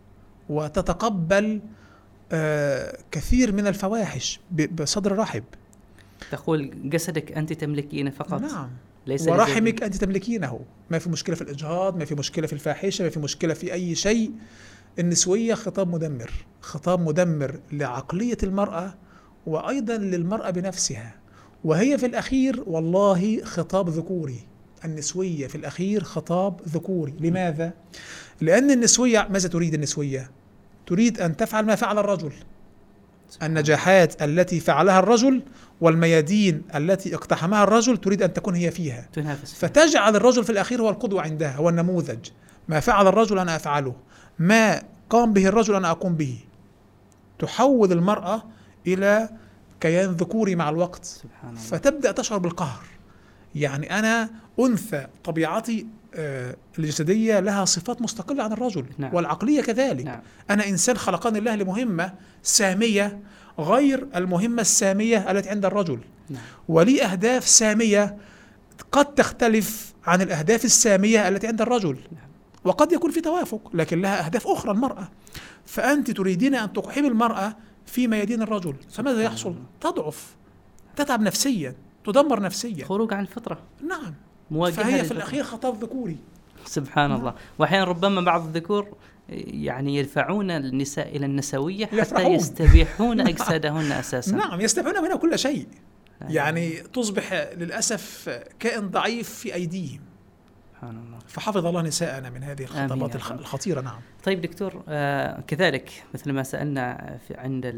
وتتقبل آه كثير من الفواحش بصدر رحب. تقول جسدك أنت تملكينه فقط. نعم. ليس ورحمك أنت تملكينه، ما في مشكلة في الإجهاض، ما في مشكلة في الفاحشة، ما في مشكلة في أي شيء. النسوية خطاب مدمر، خطاب مدمر لعقلية المرأة وأيضا للمرأة بنفسها، وهي في الأخير والله خطاب ذكوري. النسوية في الأخير خطاب ذكوري. لماذا؟ لأن النسوية ماذا تريد؟ النسوية تريد أن تفعل ما فعل الرجل، النجاحات التي فعلها الرجل والميادين التي اقتحمها الرجل تريد أن تكون هي فيها، تنافس، فتجعل الرجل في الأخير هو القدوة عندها، هو النموذج. ما فعل الرجل أنا أفعله، ما قام به الرجل أنا أقوم به. تحول المرأة إلى كيان ذكوري مع الوقت. سبحان الله. فتبدأ تشعر بالقهر. يعني أنا أنثى، طبيعتي آه الجسدية لها صفات مستقلة عن الرجل. نعم. والعقلية كذلك. نعم. أنا إنسان خلقني الله لمهمة سامية غير المهمة السامية التي عند الرجل. نعم. ولي أهداف سامية قد تختلف عن الأهداف السامية التي عند الرجل. نعم. وقد يكون في توافق، لكن لها أهداف أخرى المرأة. فأنت تريدين أن تقحمي المرأة في ميادين الرجل، فماذا يحصل؟ تضعف، تتعب نفسيا، تدمر نفسيا، خروج عن الفطرة. نعم. فهي في الأخير خطاب ذكوري. سبحان نعم. الله. وأحيانا ربما بعض الذكور يعني يدفعون النساء إلى النسوية حتى يفرحون. يستبيحون أجسادهن أساسا. نعم، يستبيحون منها كل شيء. نعم. يعني تصبح للأسف كائن ضعيف في أيديهم. سبحان الله. فحفظ الله نساءنا من هذه الخطابات الخطيرة. نعم. طيب دكتور، آه كذلك مثل ما سألنا في عند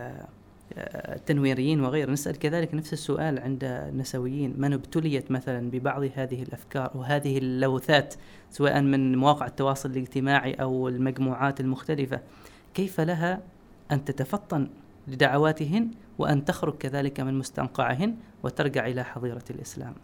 التنويريين وغيره، نسأل كذلك نفس السؤال عند النسويين. من ابتليت مثلا ببعض هذه الأفكار وهذه اللوثات سواء من مواقع التواصل الاجتماعي أو المجموعات المختلفة، كيف لها أن تتفطن لدعواتهن وأن تخرج كذلك من مستنقعهن وترجع إلى حظيرة الإسلام؟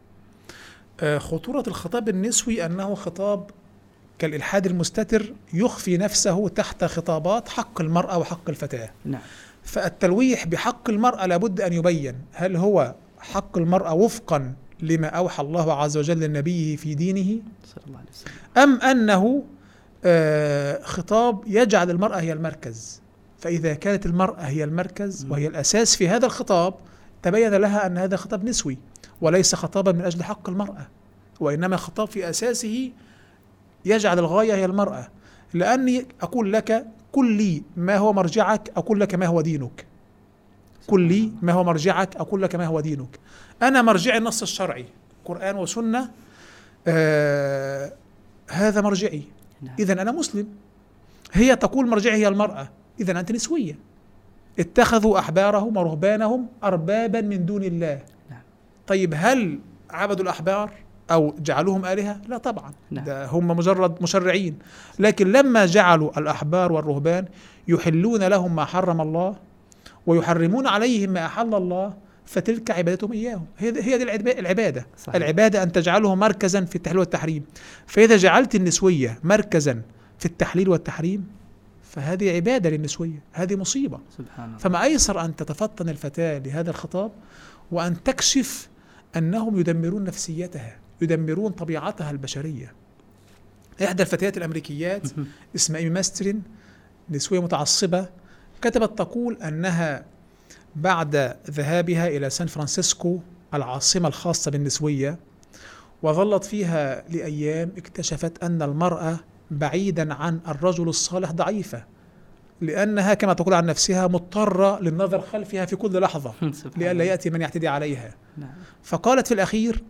خطورة الخطاب النسوي أنه خطاب كالإلحاد المستتر يخفي نفسه تحت خطابات حق المرأة وحق الفتاة. نعم. فالتلويح بحق المرأة لابد أن يبين هل هو حق المرأة وفقا لما أوحى الله عز وجل لنبيه في دينه، صلى الله عليه وسلم، أم أنه آه خطاب يجعل المرأة هي المركز؟ فإذا كانت المرأة هي المركز وهي الأساس في هذا الخطاب، تبين لها أن هذا خطاب نسوي وليس خطابا من أجل حق المرأة، وإنما خطاب في أساسه يجعل الغاية هي المرأة. لأني أقول لك قل لي ما هو مرجعك، أقول لك ما هو دينك. قل لي ما هو مرجعك، أقول لك ما هو دينك. أنا مرجعي النص الشرعي، قرآن وسنة، آه هذا مرجعي، إذن أنا مسلم. هي تقول مرجعي هي المرأة، إذن أنت نسوية. اتخذوا أحبارهم ورهبانهم أربابا من دون الله. طيب هل عبدوا الأحبار أو جعلوهم آلهة؟ لا طبعا، ده هم مجرد مشرعين. لكن لما جعلوا الأحبار والرهبان يحلون لهم ما حرم الله ويحرمون عليهم ما أحل الله، فتلك عبادتهم إياهم. هي دي العبادة. صحيح. العبادة أن تجعله مركزا في التحليل والتحريم. فإذا جعلت النسوية مركزا في التحليل والتحريم فهذه عبادة للنسوية، هذه مصيبة. سبحان الله. فما أيسر أن تتفطن الفتاة لهذا الخطاب وأن تكشف أنهم يدمرون نفسيتها، يدمرون طبيعتها البشرية. إحدى الفتيات الأمريكيات اسمها إيمي ماسترين، نسوية متعصبة، كتبت تقول أنها بعد ذهابها إلى سان فرانسيسكو العاصمة الخاصة بالنسوية وظلت فيها لأيام، اكتشفت أن المرأة بعيدا عن الرجل الصالح ضعيفة، لأنها كما تقول عن نفسها مضطرة للنظر خلفها في كل لحظة لئلا يأتي من يعتدي عليها. فقالت في الأخير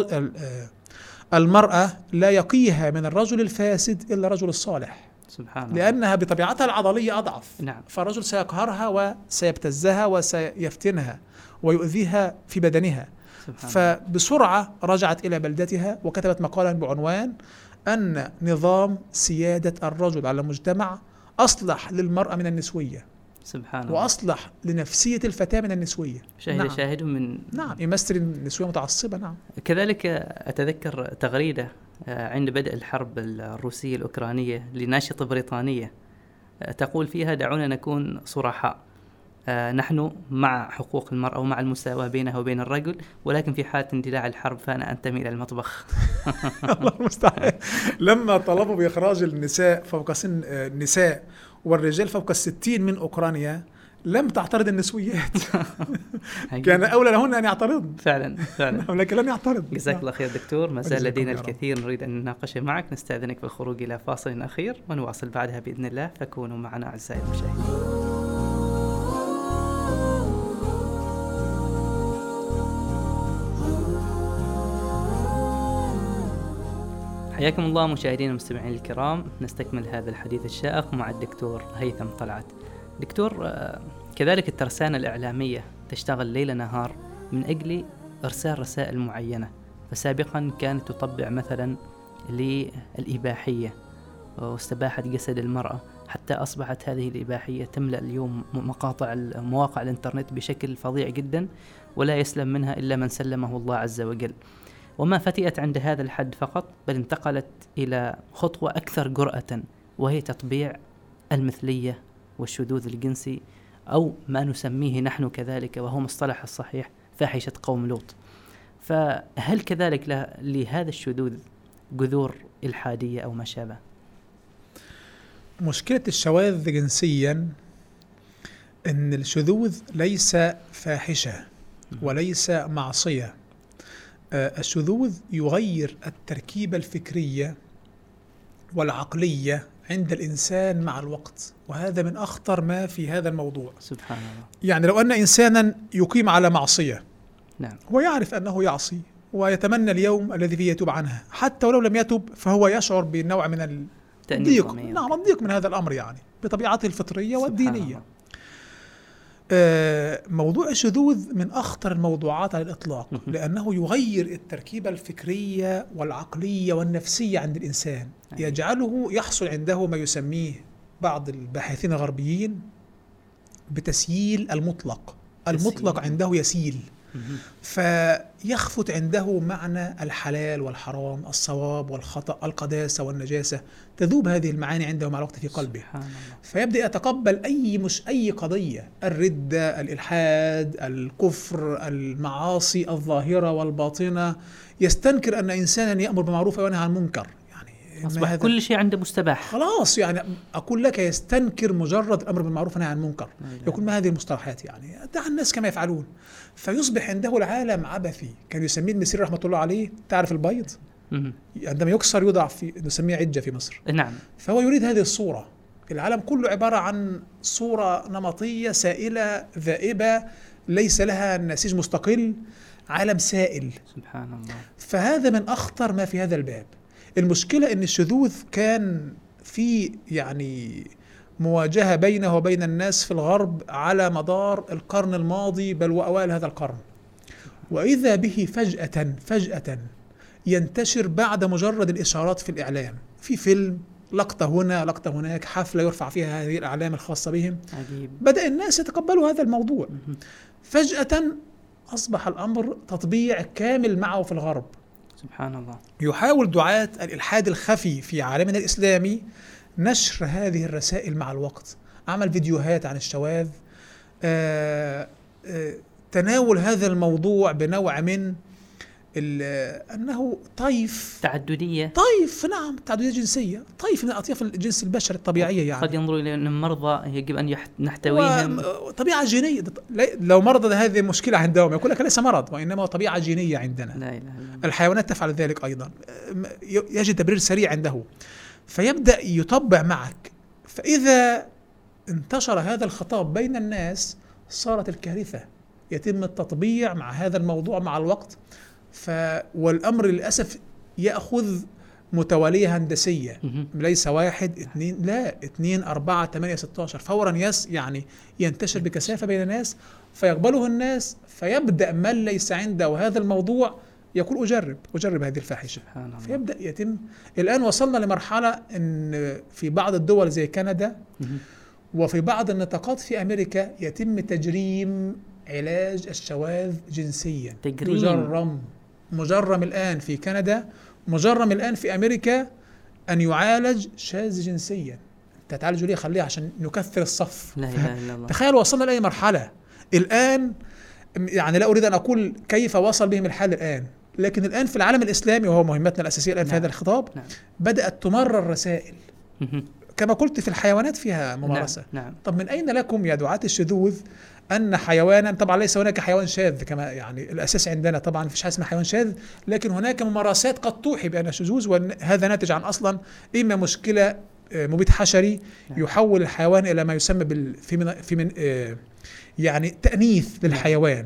المرأة لا يقيها من الرجل الفاسد إلا الرجل الصالح، سبحان لأنها بطبيعتها العضلية أضعف. نعم. فالرجل سيقهرها وسيبتزها وسيفتنها ويؤذيها في بدنها. فبسرعة رجعت إلى بلدتها وكتبت مقالا بعنوان أن نظام سيادة الرجل على المجتمع أصلح للمرأة من النسوية، سبحان الله، وأصلح لنفسية الفتاة من النسوية. شاهد نعم. شاهد من نعم يمثل نسوية متعصبة. نعم. كذلك أتذكر تغريدة عند بدء الحرب الروسية الأوكرانية لناشطة بريطانية تقول فيها: دعونا نكون صرحاء، نحن مع حقوق المرأة ومع المساواة بينها وبين الرجل، ولكن في حالة اندلاع الحرب فأنا أنتمي إلى المطبخ. الله المستعان. لما طلبوا بإخراج النساء فوق سن النساء والرجال فوق الستين من أوكرانيا لم تعترض النسويات. كان أولى لهن أن يعترضن. فعلا فعلا. لكن لم يعترض. جزاك الله خير دكتور. ما زال لدينا الكثير نريد أن نناقشه معك. نستأذنك في الخروج إلى فاصل أخير ونواصل بعدها بإذن الله، فكونوا معنا أعزائي المشاهدين. حياكم الله مشاهدينا المستمعين الكرام. نستكمل هذا الحديث الشائق مع الدكتور هيثم طلعت. دكتور، كذلك الترسانة الإعلامية تشتغل ليل نهار من أجل إرسال رسائل معينة، فسابقا كانت تطبع مثلا للإباحية واستباحة جسد المرأة، حتى أصبحت هذه الإباحية تملأ اليوم مقاطع مواقع الإنترنت بشكل فظيع جدا، ولا يسلم منها إلا من سلمه الله عز وجل. وما فتئت عند هذا الحد فقط، بل انتقلت إلى خطوة أكثر جرأة، وهي تطبيع المثلية والشذوذ الجنسي، أو ما نسميه نحن كذلك وهو مصطلح الصحيح فاحشة قوم لوط. فهل كذلك لهذا الشذوذ جذور إلحادية أو ما شابه؟ مشكلة الشواذ جنسيا أن الشذوذ ليس فاحشة وليس معصية. الشذوذ يغير التركيبة الفكرية والعقلية عند الإنسان مع الوقت، وهذا من أخطر ما في هذا الموضوع. سبحان الله. يعني لو أن إنسانا يقيم على معصية، نعم، هو يعرف أنه يعصي ويتمنى اليوم الذي فيه يتوب عنها، حتى ولو لم يتوب فهو يشعر بنوع من الضيق، نعم الضيق من هذا الأمر، يعني بطبيعته الفطرية والدينية. آه موضوع الشذوذ من أخطر الموضوعات على الإطلاق، لأنه يغير التركيبة الفكرية والعقلية والنفسية عند الإنسان، يجعله يحصل عنده ما يسميه بعض الباحثين الغربيين بتسييل المطلق. المطلق عنده يسيل، فيخفت عنده معنى الحلال والحرام، الصواب والخطأ، القداسة والنجاسة، تذوب هذه المعاني عنده مع الوقت في قلبه. فيبدأ يتقبل أي مش أي قضية، الردة، الإلحاد، الكفر، المعاصي الظاهرة والباطنة، يستنكر أن إنسانا يأمر بالمعروف وينهى عن المنكر. أصبح كل شيء عنده مستباح خلاص. يعني أقول لك يستنكر مجرد الأمر بالمعروف والنهي عن المنكر، يكون ما هذه المصطلحات، يعني دع الناس كما يفعلون. فيصبح عنده العالم عبثي. كان يسميه المسيري رحمة الله عليه، تعرف البيض عندما يكسر يوضع في، نسميه عجة في مصر. نعم. فهو يريد هذه الصورة. العالم كله عبارة عن صورة نمطية سائلة ذائبة ليس لها نسيج مستقل، عالم سائل. سبحان الله. فهذا من أخطر ما في هذا الباب. المشكلة إن الشذوذ كان في يعني مواجهة بينه وبين الناس في الغرب على مدار القرن الماضي بل وأوائل هذا القرن، وإذا به فجأة فجأة ينتشر بعد مجرد الإشارات في الإعلام، في فيلم، لقطة هنا لقطة هناك، حفلة يرفع فيها هذه الأعلام الخاصة بهم. عجيب. بدأ الناس يتقبلوا هذا الموضوع. فجأة أصبح الأمر تطبيع كامل معه في الغرب. سبحان الله. يحاول دعاة الإلحاد الخفي في عالمنا الإسلامي نشر هذه الرسائل مع الوقت، عمل فيديوهات عن الشواذ، آآ آآ تناول هذا الموضوع بنوع من أنه طيف تعددية، طيف نعم تعددية جنسية، طيف من أطياف الجنس البشري الطبيعية. يعني قد ينظروا إلى أن المرضى يجب أن نحتويهم، طبيعة جينية. لو مرض هذه مشكلة عندهم، يقول لك ليس مرض وإنما طبيعة جينية عندنا. لا إله إلا الله. الحيوانات تفعل ذلك أيضا، يجد تبرير سريع عنده، فيبدأ يطبع معك. فإذا انتشر هذا الخطاب بين الناس صارت الكارثة، يتم التطبيع مع هذا الموضوع مع الوقت. ف والأمر للأسف يأخذ متوالية هندسية، ليس واحد اثنين، لا اثنين أربعة ثمانية ستاشر، فورا يس يعني ينتشر بكثافة بين الناس، فيقبله الناس، فيبدأ من ليس عنده هذا الموضوع يقول أجرب أجرب هذه الفاحشة، فيبدأ يتم. الآن وصلنا لمرحلة أن في بعض الدول زي كندا وفي بعض النطاقات في أمريكا يتم تجريم علاج الشواذ جنسيا. تجريم. مجرم مجرم الآن في كندا، مجرم الآن في أمريكا أن يعالج شاذ جنسيا. تتعالج ليه؟ خليه عشان نكثر الصف. لا إله إلا الله. تخيل وصلنا لأي مرحلة الآن. يعني لا أريد أن أقول كيف وصل بهم الحال الآن، لكن الآن في العالم الإسلامي وهو مهمتنا الأساسية الآن. نعم. في هذا الخطاب. نعم. بدأت تمرر رسائل كما قلت في الحيوانات فيها ممارسة. نعم. نعم. طب من أين لكم يا دعاة الشذوذ أن حيوانا، طبعا ليس هناك حيوان شاذ كما يعني الأساس عندنا، طبعا مفيش حاجة اسمها حيوان شاذ، لكن هناك ممارسات قد توحي بأنها شذوذ، وهذا ناتج عن أصلا إما مشكلة مبيد حشري يحول الحيوان إلى ما يسمى بال في من في من يعني تأنيث للحيوان،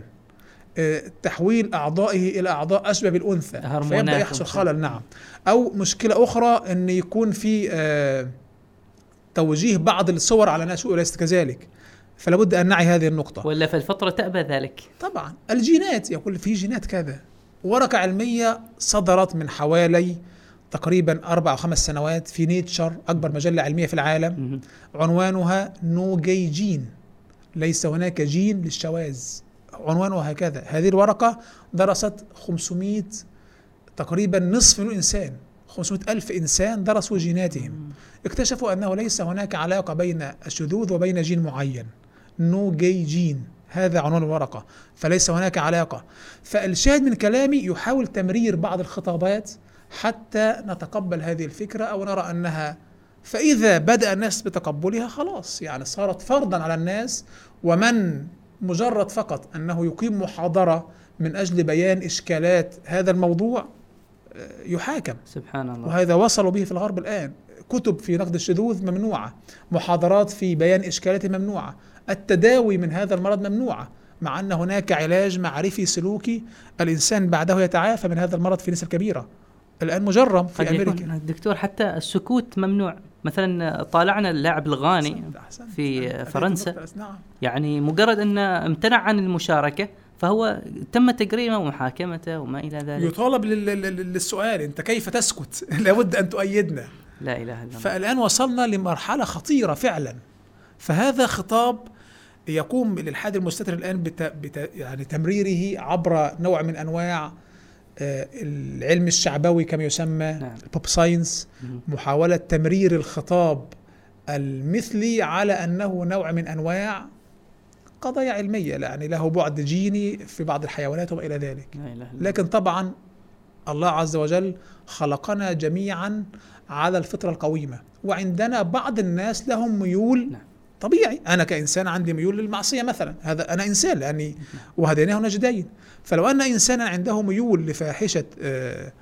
تحويل أعضائه إلى أعضاء أشبه بالأنثى، فيبدأ يحصل خلل. نعم. أو مشكلة أخرى أن يكون في توجيه بعض الصور على ناس وليست كذلك، فلا بد أن نعي هذه النقطة. ولا في الفطرة تأبى ذلك. طبعا الجينات، يقول في جينات كذا. ورقة علمية صدرت من حوالي تقريبا أربع أو خمس سنوات في نيتشر، أكبر مجلة علمية في العالم، عنوانها نو جاي جين، ليس هناك جين للشواذ، عنوانها هكذا. هذه الورقة درست خمسمائة تقريبا نصف من الإنسان، خمسمائة ألف إنسان درسوا جيناتهم، اكتشفوا أنه ليس هناك علاقة بين الشذوذ وبين جين معين، نو جاي جين، هذا عنوان الورقة، فليس هناك علاقة. فالشاهد من كلامي يحاول تمرير بعض الخطابات حتى نتقبل هذه الفكرة أو نرى أنها، فإذا بدأ الناس بتقبلها خلاص يعني صارت فرضا على الناس، ومن مجرد فقط أنه يقيم محاضرة من أجل بيان إشكالات هذا الموضوع يحاكم. سبحان الله. وهذا وصلوا به في الغرب الآن، كتب في نقد الشذوذ ممنوعة، محاضرات في بيان إشكالاته ممنوعة، التداوي من هذا المرض ممنوعة، مع أن هناك علاج معرفي سلوكي الإنسان بعده يتعافى من هذا المرض في نسب كبيرة، الآن مجرم في أمريكا. دكتور حتى السكوت ممنوع. مثلا طالعنا اللاعب الغاني في فرنسا، يعني مجرد أن امتنع عن المشاركة فهو تم تجريمه ومحاكمته وما إلى ذلك. يطالب للسؤال أنت كيف تسكت؟ لابد أن تؤيدنا. لا إله إلا الله. فالآن وصلنا لمرحلة خطيرة فعلا. فهذا خطاب يقوم الإلحاد المستتر الآن بت... بت... يعني تمريره عبر نوع من أنواع آه العلم الشعبوي كما يسمى، نعم. البوب ساينس، محاولة تمرير الخطاب المثلي على أنه نوع من أنواع قضايا علمية، يعني له بعد جيني في بعض الحيوانات وما إلى ذلك. لكن طبعا الله عز وجل خلقنا جميعا على الفطرة القويمة، وعندنا بعض الناس لهم ميول، نعم. طبيعي، أنا كإنسان عندي ميول للمعصية مثلا، هذا أنا إنسان لأني وهديناه نجدين. فلو أن إنسانا عنده ميول لفاحشة آه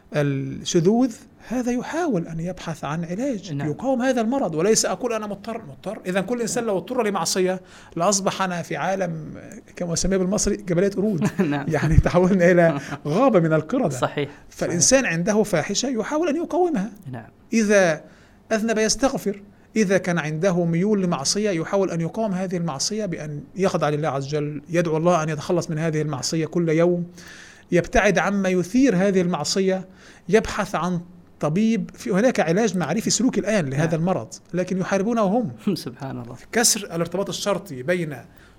الشذوذ، هذا يحاول أن يبحث عن علاج، نعم. يقاوم هذا المرض، وليس أقول أنا مضطر مضطر إذا كل إنسان لو اضطر لمعصية لأصبحنا في عالم كما يسميه بالمصري جبلية قرود. نعم. يعني تحولنا إلى غابة من القردة. صحيح. فالإنسان صحيح. عنده فاحشة يحاول أن يقاومها، نعم. إذا أذنب يستغفر، إذا كان عنده ميول لمعصية يحاول أن يقاوم هذه المعصية بأن يخضع لله عز وجل، يدعو الله أن يتخلص من هذه المعصية كل يوم، يبتعد عما يثير هذه المعصية، يبحث عن طبيب. في هناك علاج معرفي سلوكي الآن لهذا المرض، لكن يحاربونه هم. سبحان الله. كسر الارتباط الشرطي بين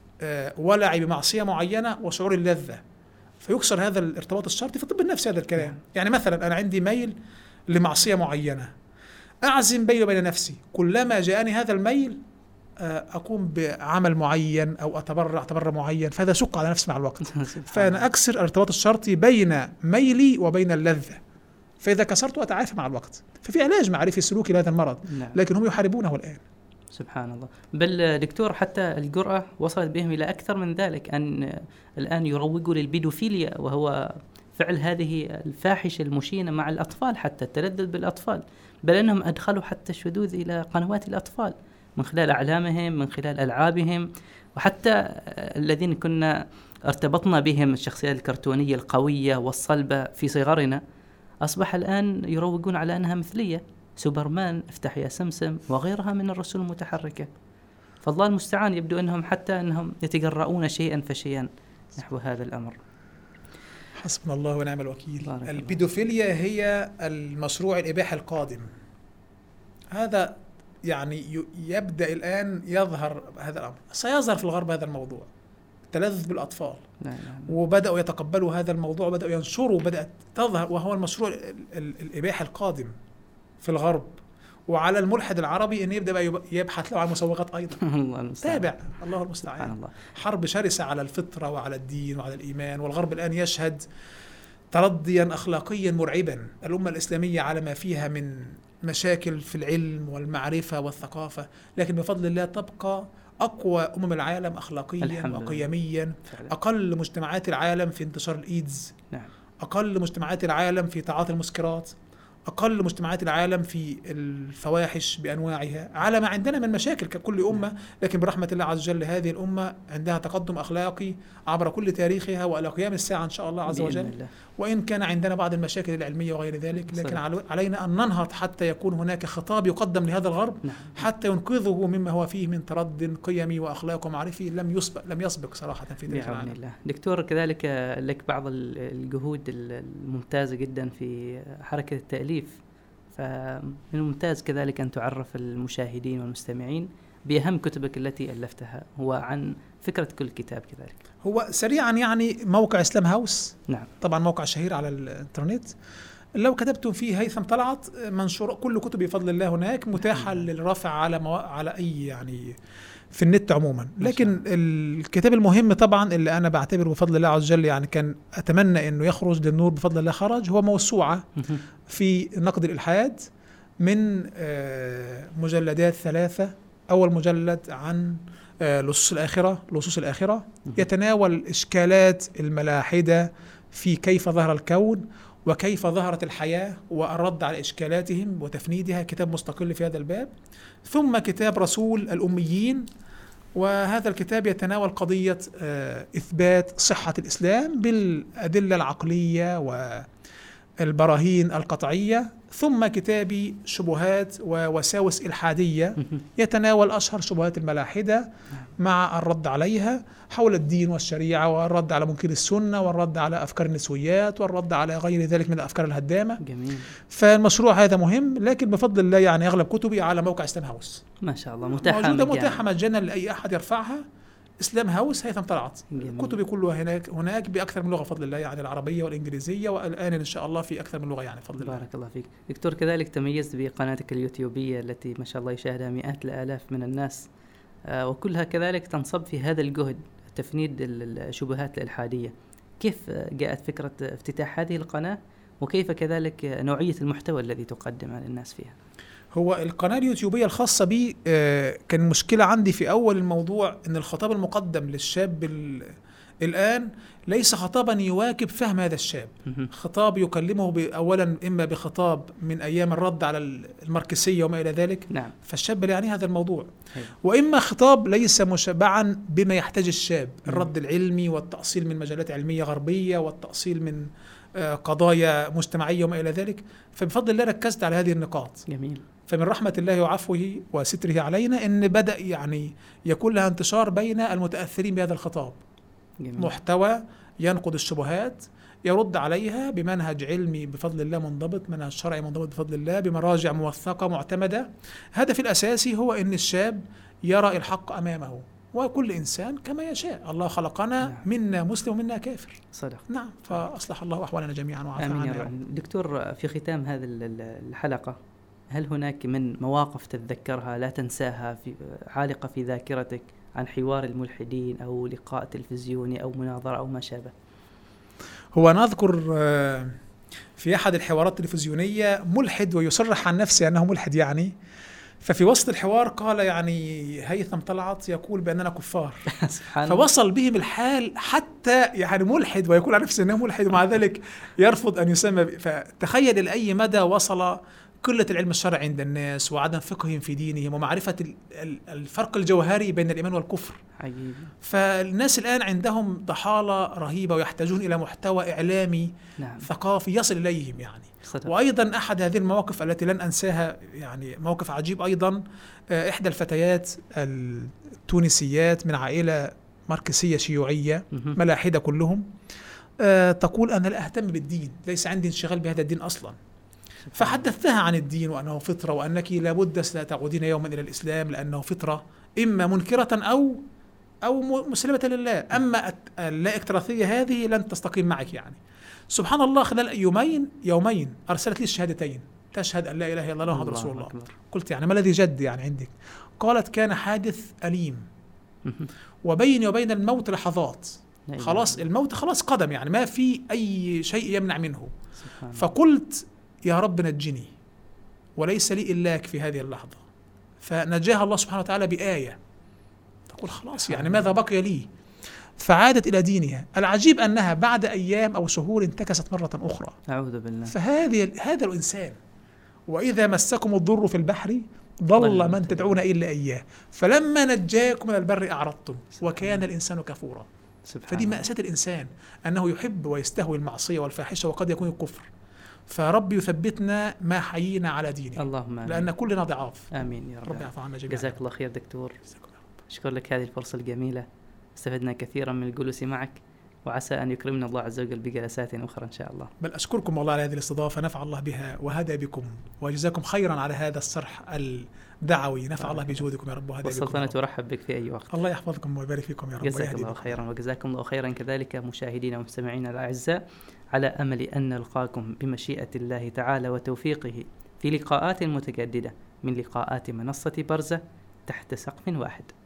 ولعي بمعصية معينة وشعور اللذة، فيكسر هذا الارتباط الشرطي في الطب النفسي هذا الكلام. يعني مثلا أنا عندي ميل لمعصية معينة، أعزم بيني وبين نفسي كلما جاءني هذا الميل أقوم بعمل معين أو أتبرع تبرع معين، فهذا شق على نفسي مع الوقت. فأنا أكسر الارتباط الشرطي بين ميلي وبين اللذة، فإذا كسرته أتعافى مع الوقت. ففي علاج معرفي سلوكي لهذا المرض، نعم. لكن هم يحاربونه الآن. سبحان الله. بل دكتور حتى الجرأة وصلت بهم إلى أكثر من ذلك، أن الآن يروجوا للبيدوفيليا، وهو فعل هذه الفاحشة المشينة مع الأطفال، حتى التلذذ بالأطفال، بل أنهم أدخلوا حتى الشذوذ إلى قنوات الأطفال من خلال أعلامهم، من خلال ألعابهم، وحتى الذين كنا ارتبطنا بهم الشخصيات الكرتونية القوية والصلبة في صغرنا، أصبح الآن يروجون على أنها مثلية، سوبرمان، افتح يا سمسم، وغيرها من الرسوم المتحركة. فالله المستعان، يبدو أنهم حتى أنهم يتجرؤون شيئا فشيئا نحو هذا الأمر. حسبنا الله ونعم الوكيل. البيدوفيليا هي المشروع الإباحي القادم، هذا يعني يبدأ الآن يظهر هذا الأمر، سيظهر في الغرب هذا الموضوع، التلذذ بالأطفال. لا لا لا. وبدأوا يتقبلوا هذا الموضوع، وبدأوا ينشروا، وبدأت تظهر، وهو المشروع الإباحي القادم في الغرب. وعلى الملحد العربي أن يبدأ بقى يبحث له عن مسوغات أيضا. الله المستعان. تابع، الله المستعان. الله. حرب شرسة على الفطرة وعلى الدين وعلى الإيمان، والغرب الآن يشهد ترديا أخلاقيا مرعبا. الأمة الإسلامية على ما فيها من مشاكل في العلم والمعرفة والثقافة، لكن بفضل الله تبقى أقوى أمم العالم أخلاقيا وقيميا، أقل مجتمعات العالم في انتشار الإيدز، نعم. أقل مجتمعات العالم في تعاطي المسكرات، أقل مجتمعات العالم في الفواحش بأنواعها، على ما عندنا من مشاكل ككل أمة، لكن برحمة الله عز وجل هذه الأمة عندها تقدم أخلاقي عبر كل تاريخها وإلى قيام الساعة إن شاء الله عز وجل. الله. وإن كان عندنا بعض المشاكل العلمية وغير ذلك، لكن صحيح. علينا أن ننهض حتى يكون هناك خطاب يقدم لهذا الغرب، نعم. حتى ينقذه مما هو فيه من ترد قيمي وأخلاق ومعرفي لم يسبق لم يسبق صراحة في تاريخ العالم. الله. دكتور، كذلك لك بعض الجهود الممتازة جدا في حركة التأليف، فمن الممتاز كذلك أن تعرف المشاهدين والمستمعين بأهم كتبك التي ألفتها، هو عن فكرة كل كتاب كذلك. هو سريعا يعني موقع إسلام هاوس، نعم. طبعا موقع شهير على الإنترنت، لو كتبتم فيه هيثم طلعت منشور كل كتب بفضل الله هناك متاحة للرفع على مو... على أي يعني في النت عموما. لكن الكتاب المهم طبعا اللي أنا بعتبره بفضل الله عز وجل يعني كان أتمنى أنه يخرج للنور بفضل الله خرج، هو موسوعة في نقد الإلحاد من مجلدات ثلاثة. أول مجلد عن لصوص الآخرة لصوص الآخرة يتناول إشكالات الملاحدة في كيف ظهر الكون وكيف ظهرت الحياة والرد على إشكالاتهم وتفنيدها، كتاب مستقل في هذا الباب. ثم كتاب رسول الأميين، وهذا الكتاب يتناول قضية إثبات صحة الإسلام بالأدلة العقلية والبراهين القطعية. ثم كتابي شبهات ووساوس إلحادية يتناول أشهر شبهات الملاحدة مع الرد عليها حول الدين والشريعة، والرد على منكر السنة، والرد على أفكار النسويات، والرد على غير ذلك من الأفكار الهدامة. جميل. فالمشروع هذا مهم، لكن بفضل الله يعني أغلب كتبي على موقع إسلام هاوس. ما شاء الله، متاحة موجودة متاحة مجانا لأي أحد يرفعها، إسلام هاوس هيثم طلعت. جميل. كتبي كلها هناك هناك بأكثر من لغة بفضل الله، يعني العربية والإنجليزية، والآن إن شاء الله في أكثر من لغة يعني بفضل الله. بارك الله فيك دكتور. كذلك تميزت بقناتك اليوتيوبية التي ما شاء الله يشاهدها مئات الآلاف من الناس، آه وكلها كذلك تنصب في هذا الجهد تفنيد الشبهات الإلحادية. كيف جاءت فكرة افتتاح هذه القناة، وكيف كذلك نوعية المحتوى الذي تقدم للناس فيها؟ هو القناة اليوتيوبية الخاصة بي آه كان مشكلة عندي في أول الموضوع إن الخطاب المقدم للشاب الآن ليس خطابا يواكب فهم هذا الشاب. خطاب يكلمه أولا إما بخطاب من أيام الرد على الماركسية وما إلى ذلك. نعم. فالشاب لا يعنيه هذا الموضوع. هي. وإما خطاب ليس مشبعا بما يحتاج الشاب، الرد العلمي والتأصيل من مجالات علمية غربية والتأصيل من آه قضايا مجتمعية وما إلى ذلك. فبفضل الله ركزت على هذه النقاط. جميل. فمن رحمة الله وعفوه وستره علينا إن بدأ يعني يكون لها انتشار بين المتأثرين بهذا الخطاب. جميل. محتوى ينقض الشبهات، يرد عليها بمنهج علمي بفضل الله منضبط، منهج شرعي منضبط بفضل الله، بمراجع موثقة معتمدة. هدف الأساسي هو أن الشاب يرى الحق أمامه، وكل إنسان كما يشاء. الله خلقنا نعم. منا مسلم ومنا كافر. صدق. نعم. فأصلح الله أحوالنا جميعا وعافى آمين عنا. يا رب. دكتور، في ختام هذه الحلقة، هل هناك من مواقف تتذكرها لا تنساها في عالقة في ذاكرتك عن حوار الملحدين أو لقاء تلفزيوني أو مناظرة أو ما شابه؟ هو نذكر في أحد الحوارات التلفزيونية ملحد ويصرح عن نفسه أنه ملحد يعني، ففي وسط الحوار قال يعني هيثم طلعت يقول بأننا كفار. سبحان الله. فوصل بهم الحال حتى يعني ملحد ويقول عن نفسه أنه ملحد ومع ذلك يرفض أن يسمى. فتخيل لأي مدى وصل قلة العلم الشرعي عند الناس، وعدم فقههم في دينهم، ومعرفة الفرق الجوهري بين الإيمان والكفر. عجيب. فالناس الآن عندهم ضحالة رهيبة ويحتاجون إلى محتوى إعلامي نعم. ثقافي يصل إليهم يعني. صدق. وأيضا أحد هذه المواقف التي لن أنساها يعني موقف عجيب أيضا، إحدى الفتيات التونسيات من عائلة ماركسية شيوعية ملاحدة كلهم، تقول أنا لا أهتم بالدين، ليس عندي انشغال بهذا الدين أصلا. فحدثتها عن الدين وأنه فطرة، وأنك لابد ستعودين يوما إلى الإسلام لأنه فطرة، إما منكرة أو أو مسلمة لله، أما اللا اكتراثية هذه لن تستقيم معك يعني. سبحان الله، خلال يومين يومين أرسلت لي الشهادتين، تشهد أن لا إله إلا الله محمد رسول الله. أكبر. قلت يعني ما الذي جد يعني عندك؟ قالت كان حادث أليم وبيني وبين الموت لحظات، خلاص الموت خلاص قدم يعني ما في أي شيء يمنع منه. فقلت يا رب نجني وليس لي إلاك في هذه اللحظة، فنجاها الله سبحانه وتعالى بآية. تقول خلاص يعني ماذا بقي لي؟ فعادت إلى دينها. العجيب أنها بعد أيام أو شهور انتكست مرة أخرى. أعوذ بالله. فهذه هذا الإنسان، وإذا مسكم الضر في البحر ضل من تدعون إلا إياه فلما نجاكم من البر أعرضتم وكان الإنسان كفورا. فدي مأساة الإنسان أنه يحب ويستهوي المعصية والفاحشة وقد يكون الكفر. فرب يثبتنا ما حيينا على دينه، اللهم آمين. لأن كلنا ضعاف. آمين يا رب. رب يعفو عنا جميعا. جزاك الله خير دكتور، أشكر لك هذه الفرصة الجميلة، استفدنا كثيرا من الجلوس معك، وعسى أن يكرمنا الله عز وجل بجلسات أخرى إن شاء الله. بل أشكركم والله على هذه الاستضافة، نفع الله بها وهدى بكم، وجزاكم خيرا على هذا الصرح الدعوي، نفع الله بجهودكم يا رب وهدى بكم. والسلطنة ترحب بك في أي وقت. الله يحفظكم ويبارك فيكم يا رب. جزاك الله خيرا وجزاكم الله خيرا كذلك مشاهدينا ومستمعينا الأعزاء، على أمل أن نلقاكم بمشيئة الله تعالى وتوفيقه في لقاءات متجددة من لقاءات منصة برزة تحت سقف واحد.